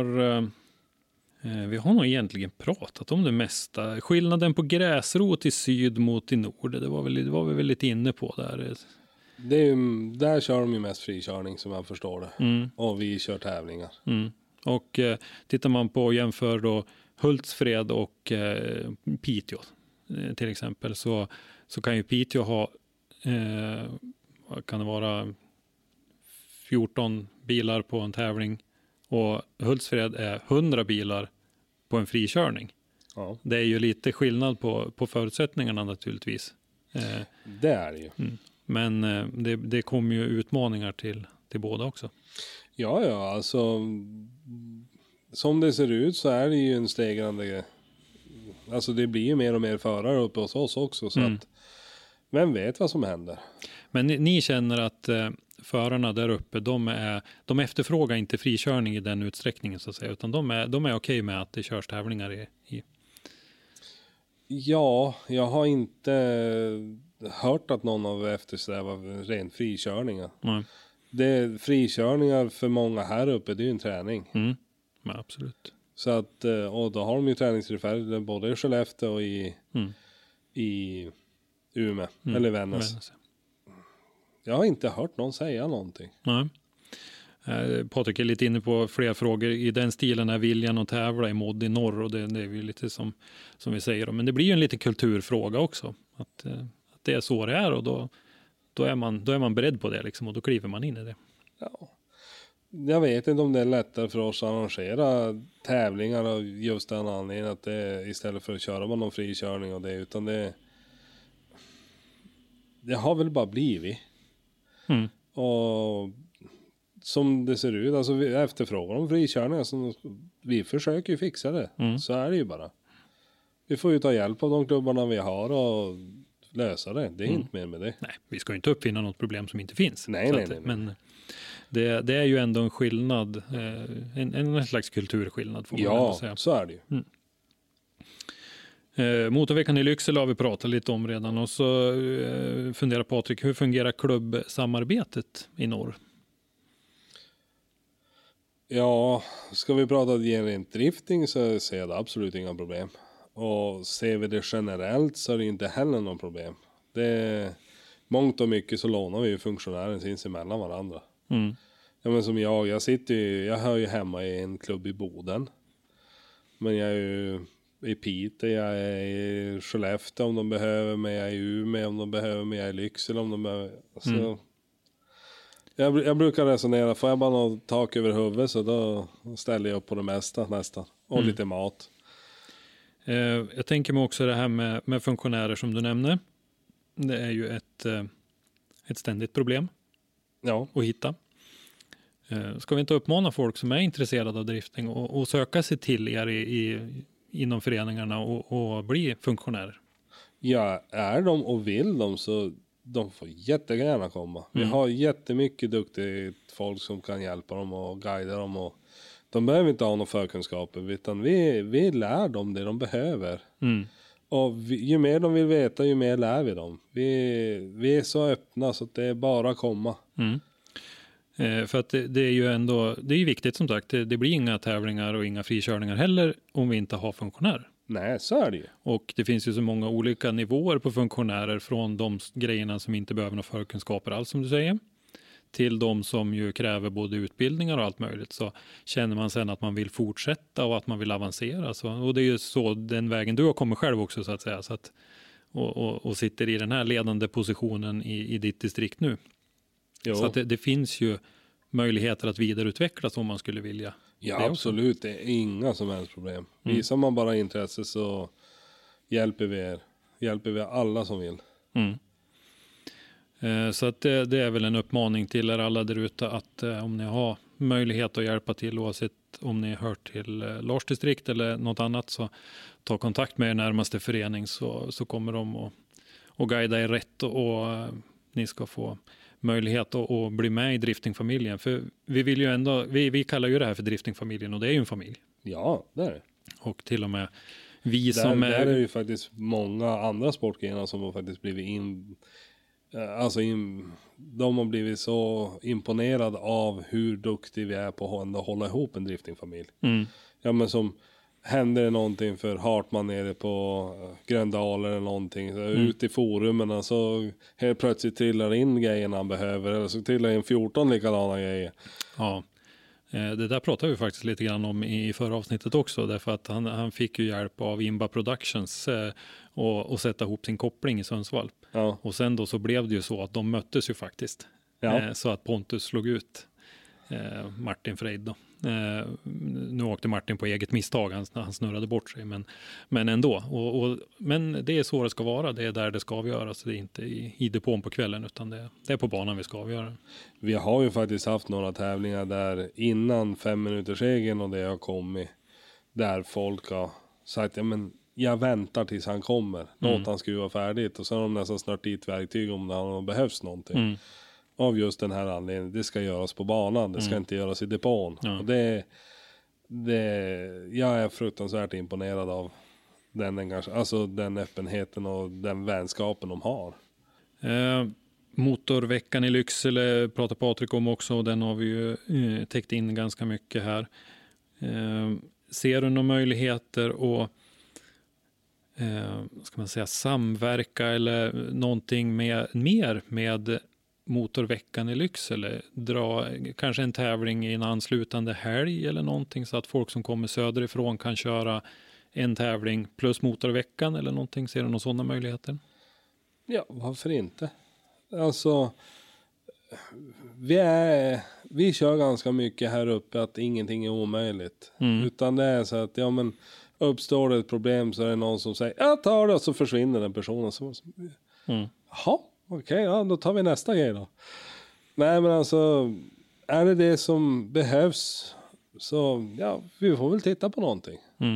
har nog egentligen pratat om det mesta. Skillnaden på gräsrot i syd mot i nord, det var vi väl lite inne på där. Där kör de ju mest frikörning som jag förstår det. Och vi kör tävlingar. Och tittar man på jämför då Hultsfred och Piteå till exempel, så kan ju Piteå ha vad kan det vara 14 bilar på en tävling och Hultsfred är 100 bilar på en frikörning. Ja. Det är ju lite skillnad på förutsättningarna naturligtvis. Det är det ju. Men det kommer ju utmaningar till båda också. Ja, alltså som det ser ut så är det ju en stegrande, alltså det blir ju mer och mer förare uppe hos oss också, så att vem vet vad som händer. Men ni känner att förarna där uppe, de efterfrågar inte frikörning i den utsträckningen så att säga, utan de är okej med att det körs tävlingar i. Ja, jag har inte hört att någon av eftersträvar ren frikörningar. Frikörningar för många här uppe, det är ju en träning. Ja, absolut. Så att, och då har de ju träningstillfällen både i Skellefteå och i Umeå eller Vännäs. Jag har inte hört någon säga någonting. Nej. Patrik är lite inne på fler frågor i den stilen, är viljan att tävla i mod i norr, och det är ju lite som vi säger. Men det blir ju en liten kulturfråga också. Att det är så det är, och då är man beredd på det liksom, och då kliver man in i det. Ja. Jag vet inte om det är lättare för oss att arrangera tävlingar av just den anledningen att det istället för att köra med någon frikörning och det, utan det har väl bara blivit. Och som det ser ut, alltså vi efterfrågar om frikörningar, så vi försöker ju fixa det. Så är det ju bara. Vi får ju ta hjälp av de klubbarna vi har och lösa det. Det är inte mer med det. Nej, vi ska ju inte uppfinna något problem som inte finns. Nej. Men det är ju ändå en skillnad, en slags kulturskillnad får man ändå säga. Ja, så är det ju. Motorveckan i Lycksele har vi pratat lite om redan, och så funderar Patrik, hur fungerar klubbsamarbetet i norr? Ja, ska vi prata rent drifting så ser jag det absolut inga problem. Och ser vi det generellt så är det inte heller någon problem. Det är mångt och mycket så lånar vi ju funktionären sinsemellan varandra. Ja, men som jag hör ju hemma i en klubb i Boden. Men jag är ju i Piteå, jag är i Skellefteå om de behöver mig, jag är i Umeå om de behöver mig, jag är i Lycksele om de behöver. Så jag brukar resonera, får jag bara något tak över huvudet så då ställer jag upp på det mesta nästan. Och lite mat. Jag tänker mig också det här med funktionärer som du nämner. Det är ju ett ständigt problem att hitta. Ska vi inte uppmana folk som är intresserade av drifting och söka sig till er inom föreningarna och bli funktionärer? Ja, är de och vill de så de får jättegärna komma. Vi har jättemycket duktigt folk som kan hjälpa dem och guida dem, och de behöver inte ha någon förkunskaper, utan vi lär dem det de behöver. Och ju mer de vill veta, ju mer lär vi dem. Vi är så öppna så att det är bara att komma. För att det är ju ändå, det är ju viktigt som sagt, det blir inga tävlingar och inga frikörningar heller om vi inte har funktionärer. Nej, så är det ju. Och det finns ju så många olika nivåer på funktionärer, från de grejerna som inte behöver några förkunskaper alls som du säger, till de som ju kräver både utbildningar och allt möjligt. Så känner man sen att man vill fortsätta och att man vill avancera. Så, och det är ju så den vägen du har kommit själv också så att säga. Så att, och sitter i den här ledande positionen i ditt distrikt nu. Jo. Så att det finns ju möjligheter att vidareutvecklas om man skulle vilja. Ja, absolut. Det är inga som helst problem. Visar man bara intresse så hjälper vi er. Hjälper vi alla som vill. Så att det är väl en uppmaning till er alla där ute att om ni har möjlighet att hjälpa till, oavsett om ni hör till Lars distrikt eller något annat, så ta kontakt med er närmaste förening, så kommer de att guida er rätt, och ni ska få möjlighet att bli med i driftingfamiljen. För vi vill ju ändå, vi kallar ju det här för driftingfamiljen, och det är ju en familj. Ja, det är det. Och till och med vi som är... Där är ju faktiskt många andra sportgrenar som har faktiskt blivit de har blivit så imponerade av hur duktig vi är på att hålla ihop en driftingfamilj. Ja, men som händer det någonting för Hartman nere på Gröndal eller någonting, så ut i forumen så helt plötsligt trillar in grejerna han behöver, eller så trillar in 14 likadana grejer. Ja, det där pratar vi faktiskt lite grann om i förra avsnittet också, därför att han fick ju hjälp av Imba Productions och sätta ihop sin koppling i Sundsvall. Ja. Och sen då så blev det ju så att de möttes ju faktiskt. Ja. Så att Pontus slog ut Martin Freid då. Nu åkte Martin på eget misstag, han snurrade bort sig, men ändå. Men det är så det ska vara, det är där det ska avgöras, det är inte i depån på kvällen, utan det är på banan vi ska avgöra. Vi har ju faktiskt haft några tävlingar där innan 5 minuters regeln och det har kommit, där folk har sagt, ja men jag väntar tills han kommer, låt han skruva färdigt, och sen har de nästan snart dit verktyg om det behövs någonting. Av just den här anledningen, det ska göras på banan, det ska inte göras i depån. Och jag är fruktansvärt imponerad av den öppenheten och den vänskapen de har. Motorveckan i Lycksele pratar Patrik om också, och den har vi ju täckt in ganska mycket här. Ser du några möjligheter att ska man säga, samverka eller någonting mer med motorveckan i Lycksele, dra kanske en tävling i en anslutande helg eller någonting, så att folk som kommer söderifrån kan köra en tävling plus motorveckan eller någonting? Ser du några sådana möjligheter? Ja, varför inte? Alltså, vi kör ganska mycket här uppe att ingenting är omöjligt. Utan det är så att, ja men uppstår det ett problem så är det någon som säger, jag tar det, och så försvinner den personen. Jaha. Okej, ja, då tar vi nästa grej då. Nej, men alltså, är det som behövs, så ja, vi får väl titta på någonting.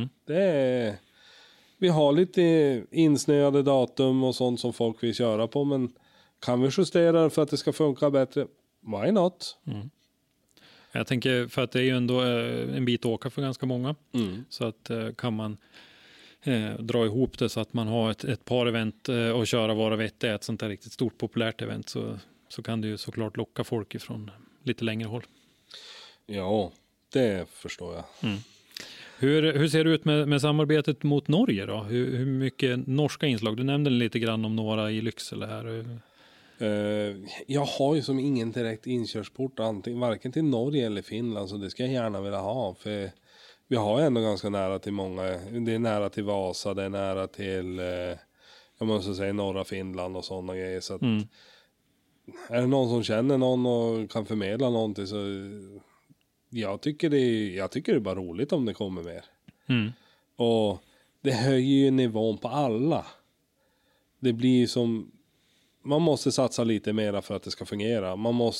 Vi har lite insnöade datum och sånt som folk vill köra på, men kan vi justera för att det ska funka bättre? Why not? Jag tänker, för att det är ju ändå en bit att åka för ganska många. Så att kan man dra ihop det så att man har ett par event och köra vara vett, ett sånt där riktigt stort populärt event, så kan det ju såklart locka folk ifrån lite längre håll. Ja, det förstår jag. Hur ser det ut med samarbetet mot Norge då? Hur mycket norska inslag? Du nämnde lite grann om några i Lycksele här. Jag har ju som ingen direkt inkörsport varken till Norge eller Finland, så det ska jag gärna vilja ha, för vi har ändå ganska nära till många. Det är nära till Vasa, det är nära till jag måste säga norra Finland och sådana grejer. Så att, är det någon som känner någon och kan förmedla någonting, så jag tycker det är bara roligt om det kommer mer. Och det höjer ju nivån på alla. Det blir som, man måste satsa lite mera för att det ska fungera.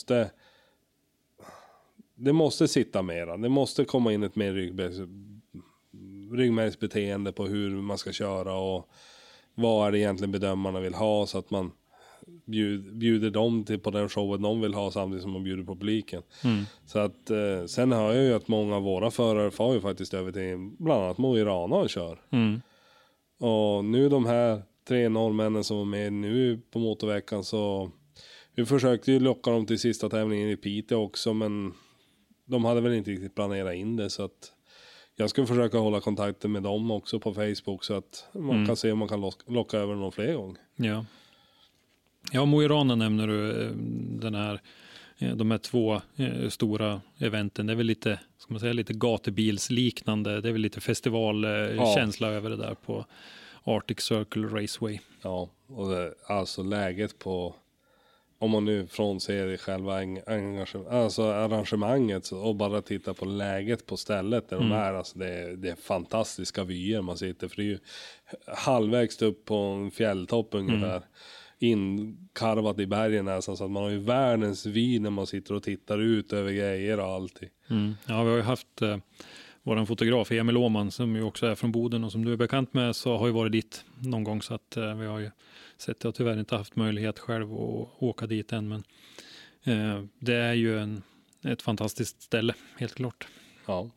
Det måste sitta mera. Det måste komma in ett mer ryggmärgsbeteende på hur man ska köra och vad är det egentligen bedömarna vill ha, så att man bjuder dem till på den showen de vill ha samtidigt som man bjuder publiken. Så att sen hör jag ju att många av våra förare får ju faktiskt över till bland annat Mo i Rana och kör. Och nu de här 3 norrmännen som var med nu på motorveckan, så vi försökte ju locka dem till sista tävlingen i Piteå också, men de hade väl inte riktigt planerat in det, så att jag ska försöka hålla kontakten med dem också på Facebook, så att man kan se om man kan locka över någon fler gånger. Ja, Mo i Rana nämner du, de här 2 stora eventen. Det är väl lite, ska man säga, lite gatubilsliknande. Det är väl lite festivalkänsla över det där på Arctic Circle Raceway. Ja, och alltså läget på, om man nu frånser själva arrangemanget och bara tittar på läget på stället där de är, alltså det är fantastiska vyer man sitter, för det är ju halvvägs upp på en fjälltopp ungefär, inkarvat i bergen nästan, så att man har ju världens vy när man sitter och tittar ut över grejer och allting. Ja, vi har ju haft våran fotograf Emil Åman, som ju också är från Boden och som du är bekant med, så har ju varit dit någon gång, så att vi har ju sett, jag har tyvärr inte haft möjlighet själv att åka dit än, men det är ju ett fantastiskt ställe, helt klart. Ja.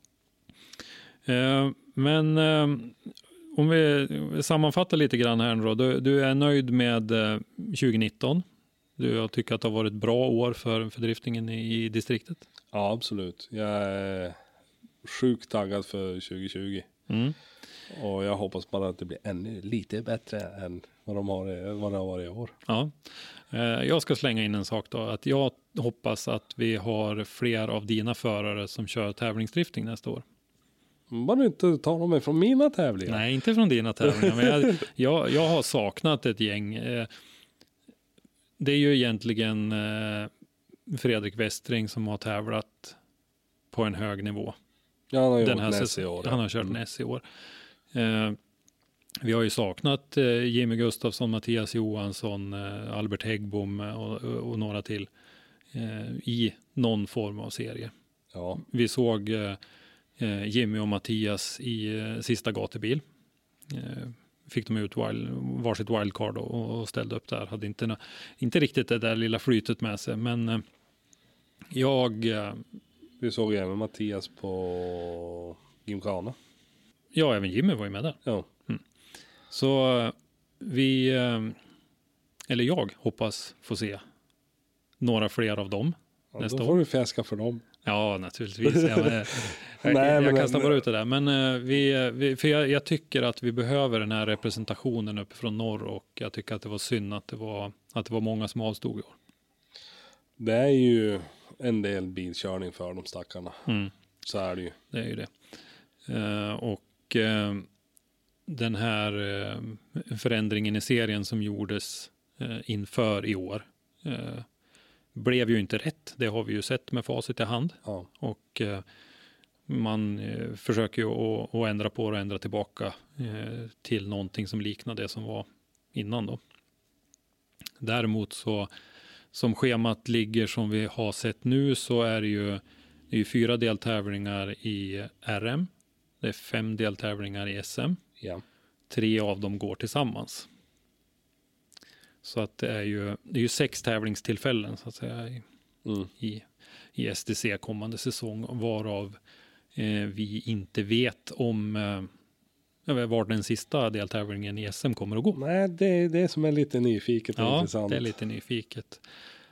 Men om vi sammanfattar lite grann här då, du är nöjd med 2019? Du tycker att det har varit ett bra år för driftingen i distriktet? Ja, absolut. Jag är sjukt taggad för 2020. Och jag hoppas bara att det blir ännu lite bättre än vad det har varit i år. Ja. Jag ska slänga in en sak då. Att jag hoppas att vi har fler av dina förare som kör tävlingsdrifting nästa år. Bara inte ta dem från mina tävlingar. Nej, inte från dina tävlingar. Men jag har saknat ett gäng. Det är ju egentligen Fredrik Westring som har tävlat på en hög nivå. Ja, han har den här NES i år. Han har kört NES i år. Vi har ju saknat Jimmy Gustafsson, Mattias Johansson, Albert Häggbom och några till i någon form av serie. Ja. Vi såg Jimmy och Mattias i sista gatubil. Fick de ut varsitt wildcard och ställde upp där. Hade inte riktigt det där lilla flytet med sig. Men vi såg även Mattias på Gymkhana. Ja, även Jimmy var ju med där. Ja. Så jag hoppas få se några fler av dem nästa år. Då får du fäska för dem. Ja, naturligtvis. Jag kastar bara ut det där. Men för jag tycker att vi behöver den här representationen uppifrån norr, och jag tycker att det var synd att det var många som avstod i år. Det är ju en del bilkörning för de stackarna. Så är det ju. Det är ju det. Den här förändringen i serien som gjordes inför i år blev ju inte rätt. Det har vi ju sett med facit i hand. Ja. Och man försöker ju att ändra på det och ändra tillbaka till någonting som liknar det som var innan då. Däremot så som schemat ligger som vi har sett nu, så är det är 4 deltävlingar i RM. Det är 5 deltävlingar i SM. Ja. 3 av dem går tillsammans. Så att det är ju 6 tävlingstillfällen så att säga i STC kommande säsong, varav vi inte vet om var den sista deltävlingen i SM kommer att gå. Nej, det är det som är lite nyfiket och intressant. Ja, det är lite nyfiket.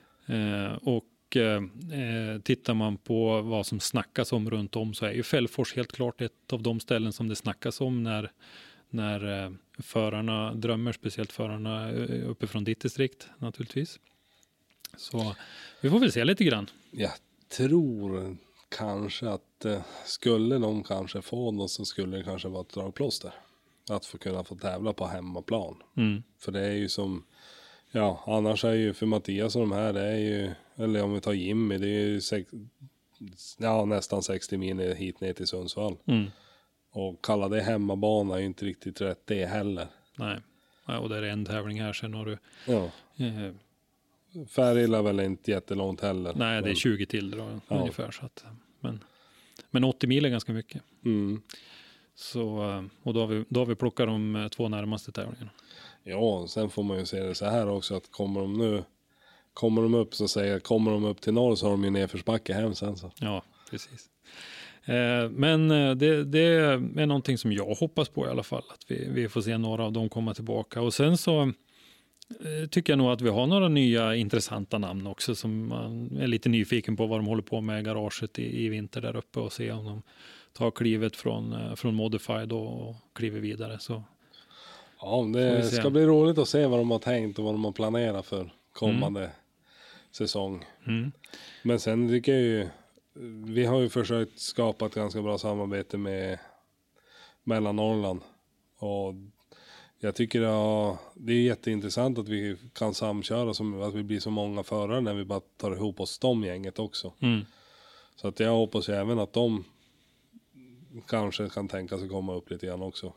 Tittar man på vad som snackas om runt om, så är ju Fällfors helt klart ett av de ställen som det snackas om när förarna drömmer, speciellt förarna uppifrån ditt distrikt naturligtvis. Så vi får väl se lite grann. Jag tror kanske att skulle de kanske få något, så skulle det kanske vara ett dragplåster. Att kunna få tävla på hemmaplan. För det är ju som, annars är ju för Mattias och de här, det är ju, eller om vi tar Jimmy, det är ju nästan 60 mil hit ner till Sundsvall. Och kalla det hemmabana är ju inte riktigt rätt det heller. Nej, och det är en tävling här, sen har du... Ja. Färila väl inte jättelångt heller. Nej, det är 20 till då, ungefär. Så att, men 80 mil är ganska mycket. Så, och då har vi plockat de 2 närmaste tävlingarna. Ja, sen får man ju se det så här också, att kommer de upp så säger, kommer de upp till norr så har de ju nedförsbacke hem sen. Så. Ja, precis. Men det är någonting som jag hoppas på i alla fall, att vi får se några av dem komma tillbaka. Och sen så tycker jag nog att vi har några nya intressanta namn också, som man är lite nyfiken på vad de håller på med i garaget i vinter där uppe, och se om de tar klivet från Modified och kliver vidare. Så ja, det ska bli roligt att se vad de har tänkt och vad de har planerat för kommande säsong. Men sen tycker jag ju, vi har ju försökt skapa ett ganska bra samarbete med Mellannorrland, och jag tycker det är jätteintressant att vi kan samköra, att vi blir så många förare när vi bara tar ihop oss de gänget också. Så att jag hoppas även att de kanske kan tänka sig komma upp lite grann också.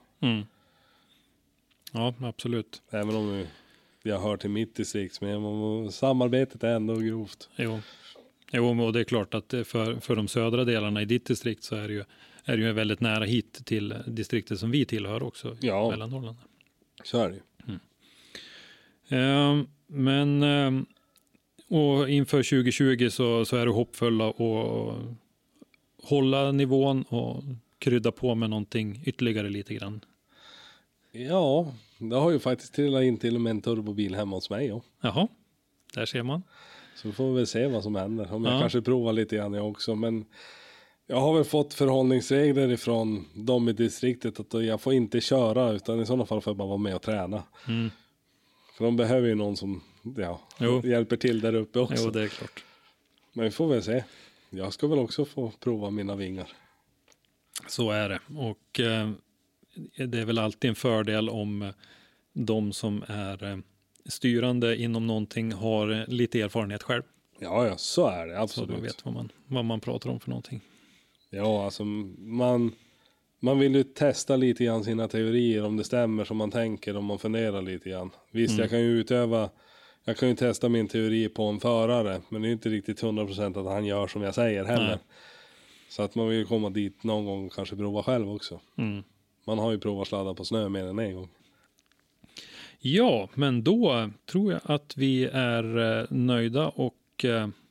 Ja, absolut. Även om jag hör till mitt distrikt, men samarbetet är ändå grovt. Jo, och det är klart att för de södra delarna i ditt distrikt så är det ju väldigt nära hit till distriktet som vi tillhör också. Ja, Mellannorrland. Så är det ju. Men och inför 2020 så är det hoppfulla att hålla nivån och krydda på med någonting ytterligare lite grann. Ja, det har ju faktiskt trillat in till och med en turbobil hemma hos mig. Ja. Jaha, där ser man. Så får vi väl se vad som händer. Om jag kanske provar lite grann jag också. Men jag har väl fått förhållningsregler ifrån dem i distriktet att jag får inte köra, utan i sådana fall får jag bara vara med och träna. För de behöver ju någon som hjälper till där uppe också. Jo, det är klart. Men vi får väl se. Jag ska väl också få prova mina vingar. Så är det. Och det är väl alltid en fördel om de som är styrande inom någonting har lite erfarenhet själv. Ja, så är det. Absolut. Så man vet vad man pratar om för någonting. Ja, alltså man vill ju testa lite grann sina teorier om det stämmer som man tänker, om man funderar lite grann. Visst, jag kan ju testa min teori på en förare, men det är inte riktigt 100% att han gör som jag säger heller. Nej. Så att man vill komma dit någon gång och kanske prova själv också. Man har ju provat sladda på snö mer än en gång. Ja, men då tror jag att vi är nöjda och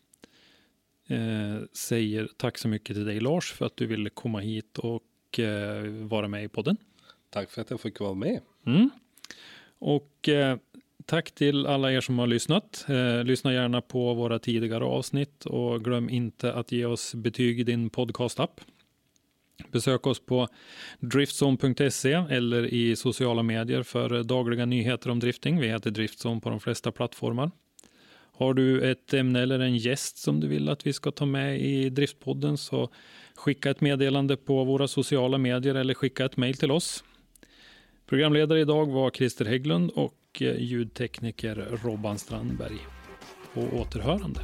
säger tack så mycket till dig, Lars, för att du ville komma hit och vara med i podden. Tack för att jag fick vara med. Och tack till alla er som har lyssnat. Lyssna gärna på våra tidigare avsnitt och glöm inte att ge oss betyg i din podcast-app. Besök oss på driftzone.se eller i sociala medier för dagliga nyheter om drifting. Vi heter Driftzone på de flesta plattformar. Har du ett ämne eller en gäst som du vill att vi ska ta med i Driftpodden, så skicka ett meddelande på våra sociala medier eller skicka ett mejl till oss. Programledare idag var Christer Hägglund och ljudtekniker Robban Strandberg. På återhörande.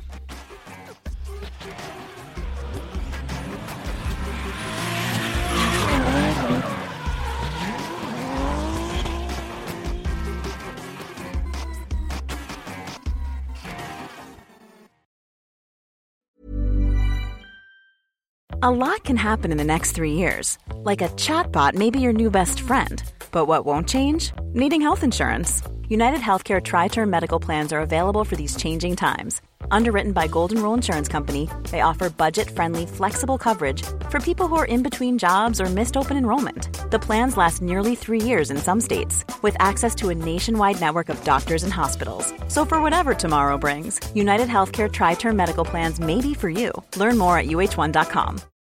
A lot can happen in the next 3 years. Like a chatbot may be your new best friend. But what won't change? Needing health insurance. United Healthcare Tri-Term Medical Plans are available for these changing times. Underwritten by Golden Rule Insurance Company, they offer budget-friendly, flexible coverage for people who are in between jobs or missed open enrollment. The plans last nearly 3 years in some states, with access to a nationwide network of doctors and hospitals. So for whatever tomorrow brings, United Healthcare Tri-Term Medical Plans may be for you. Learn more at uh1.com.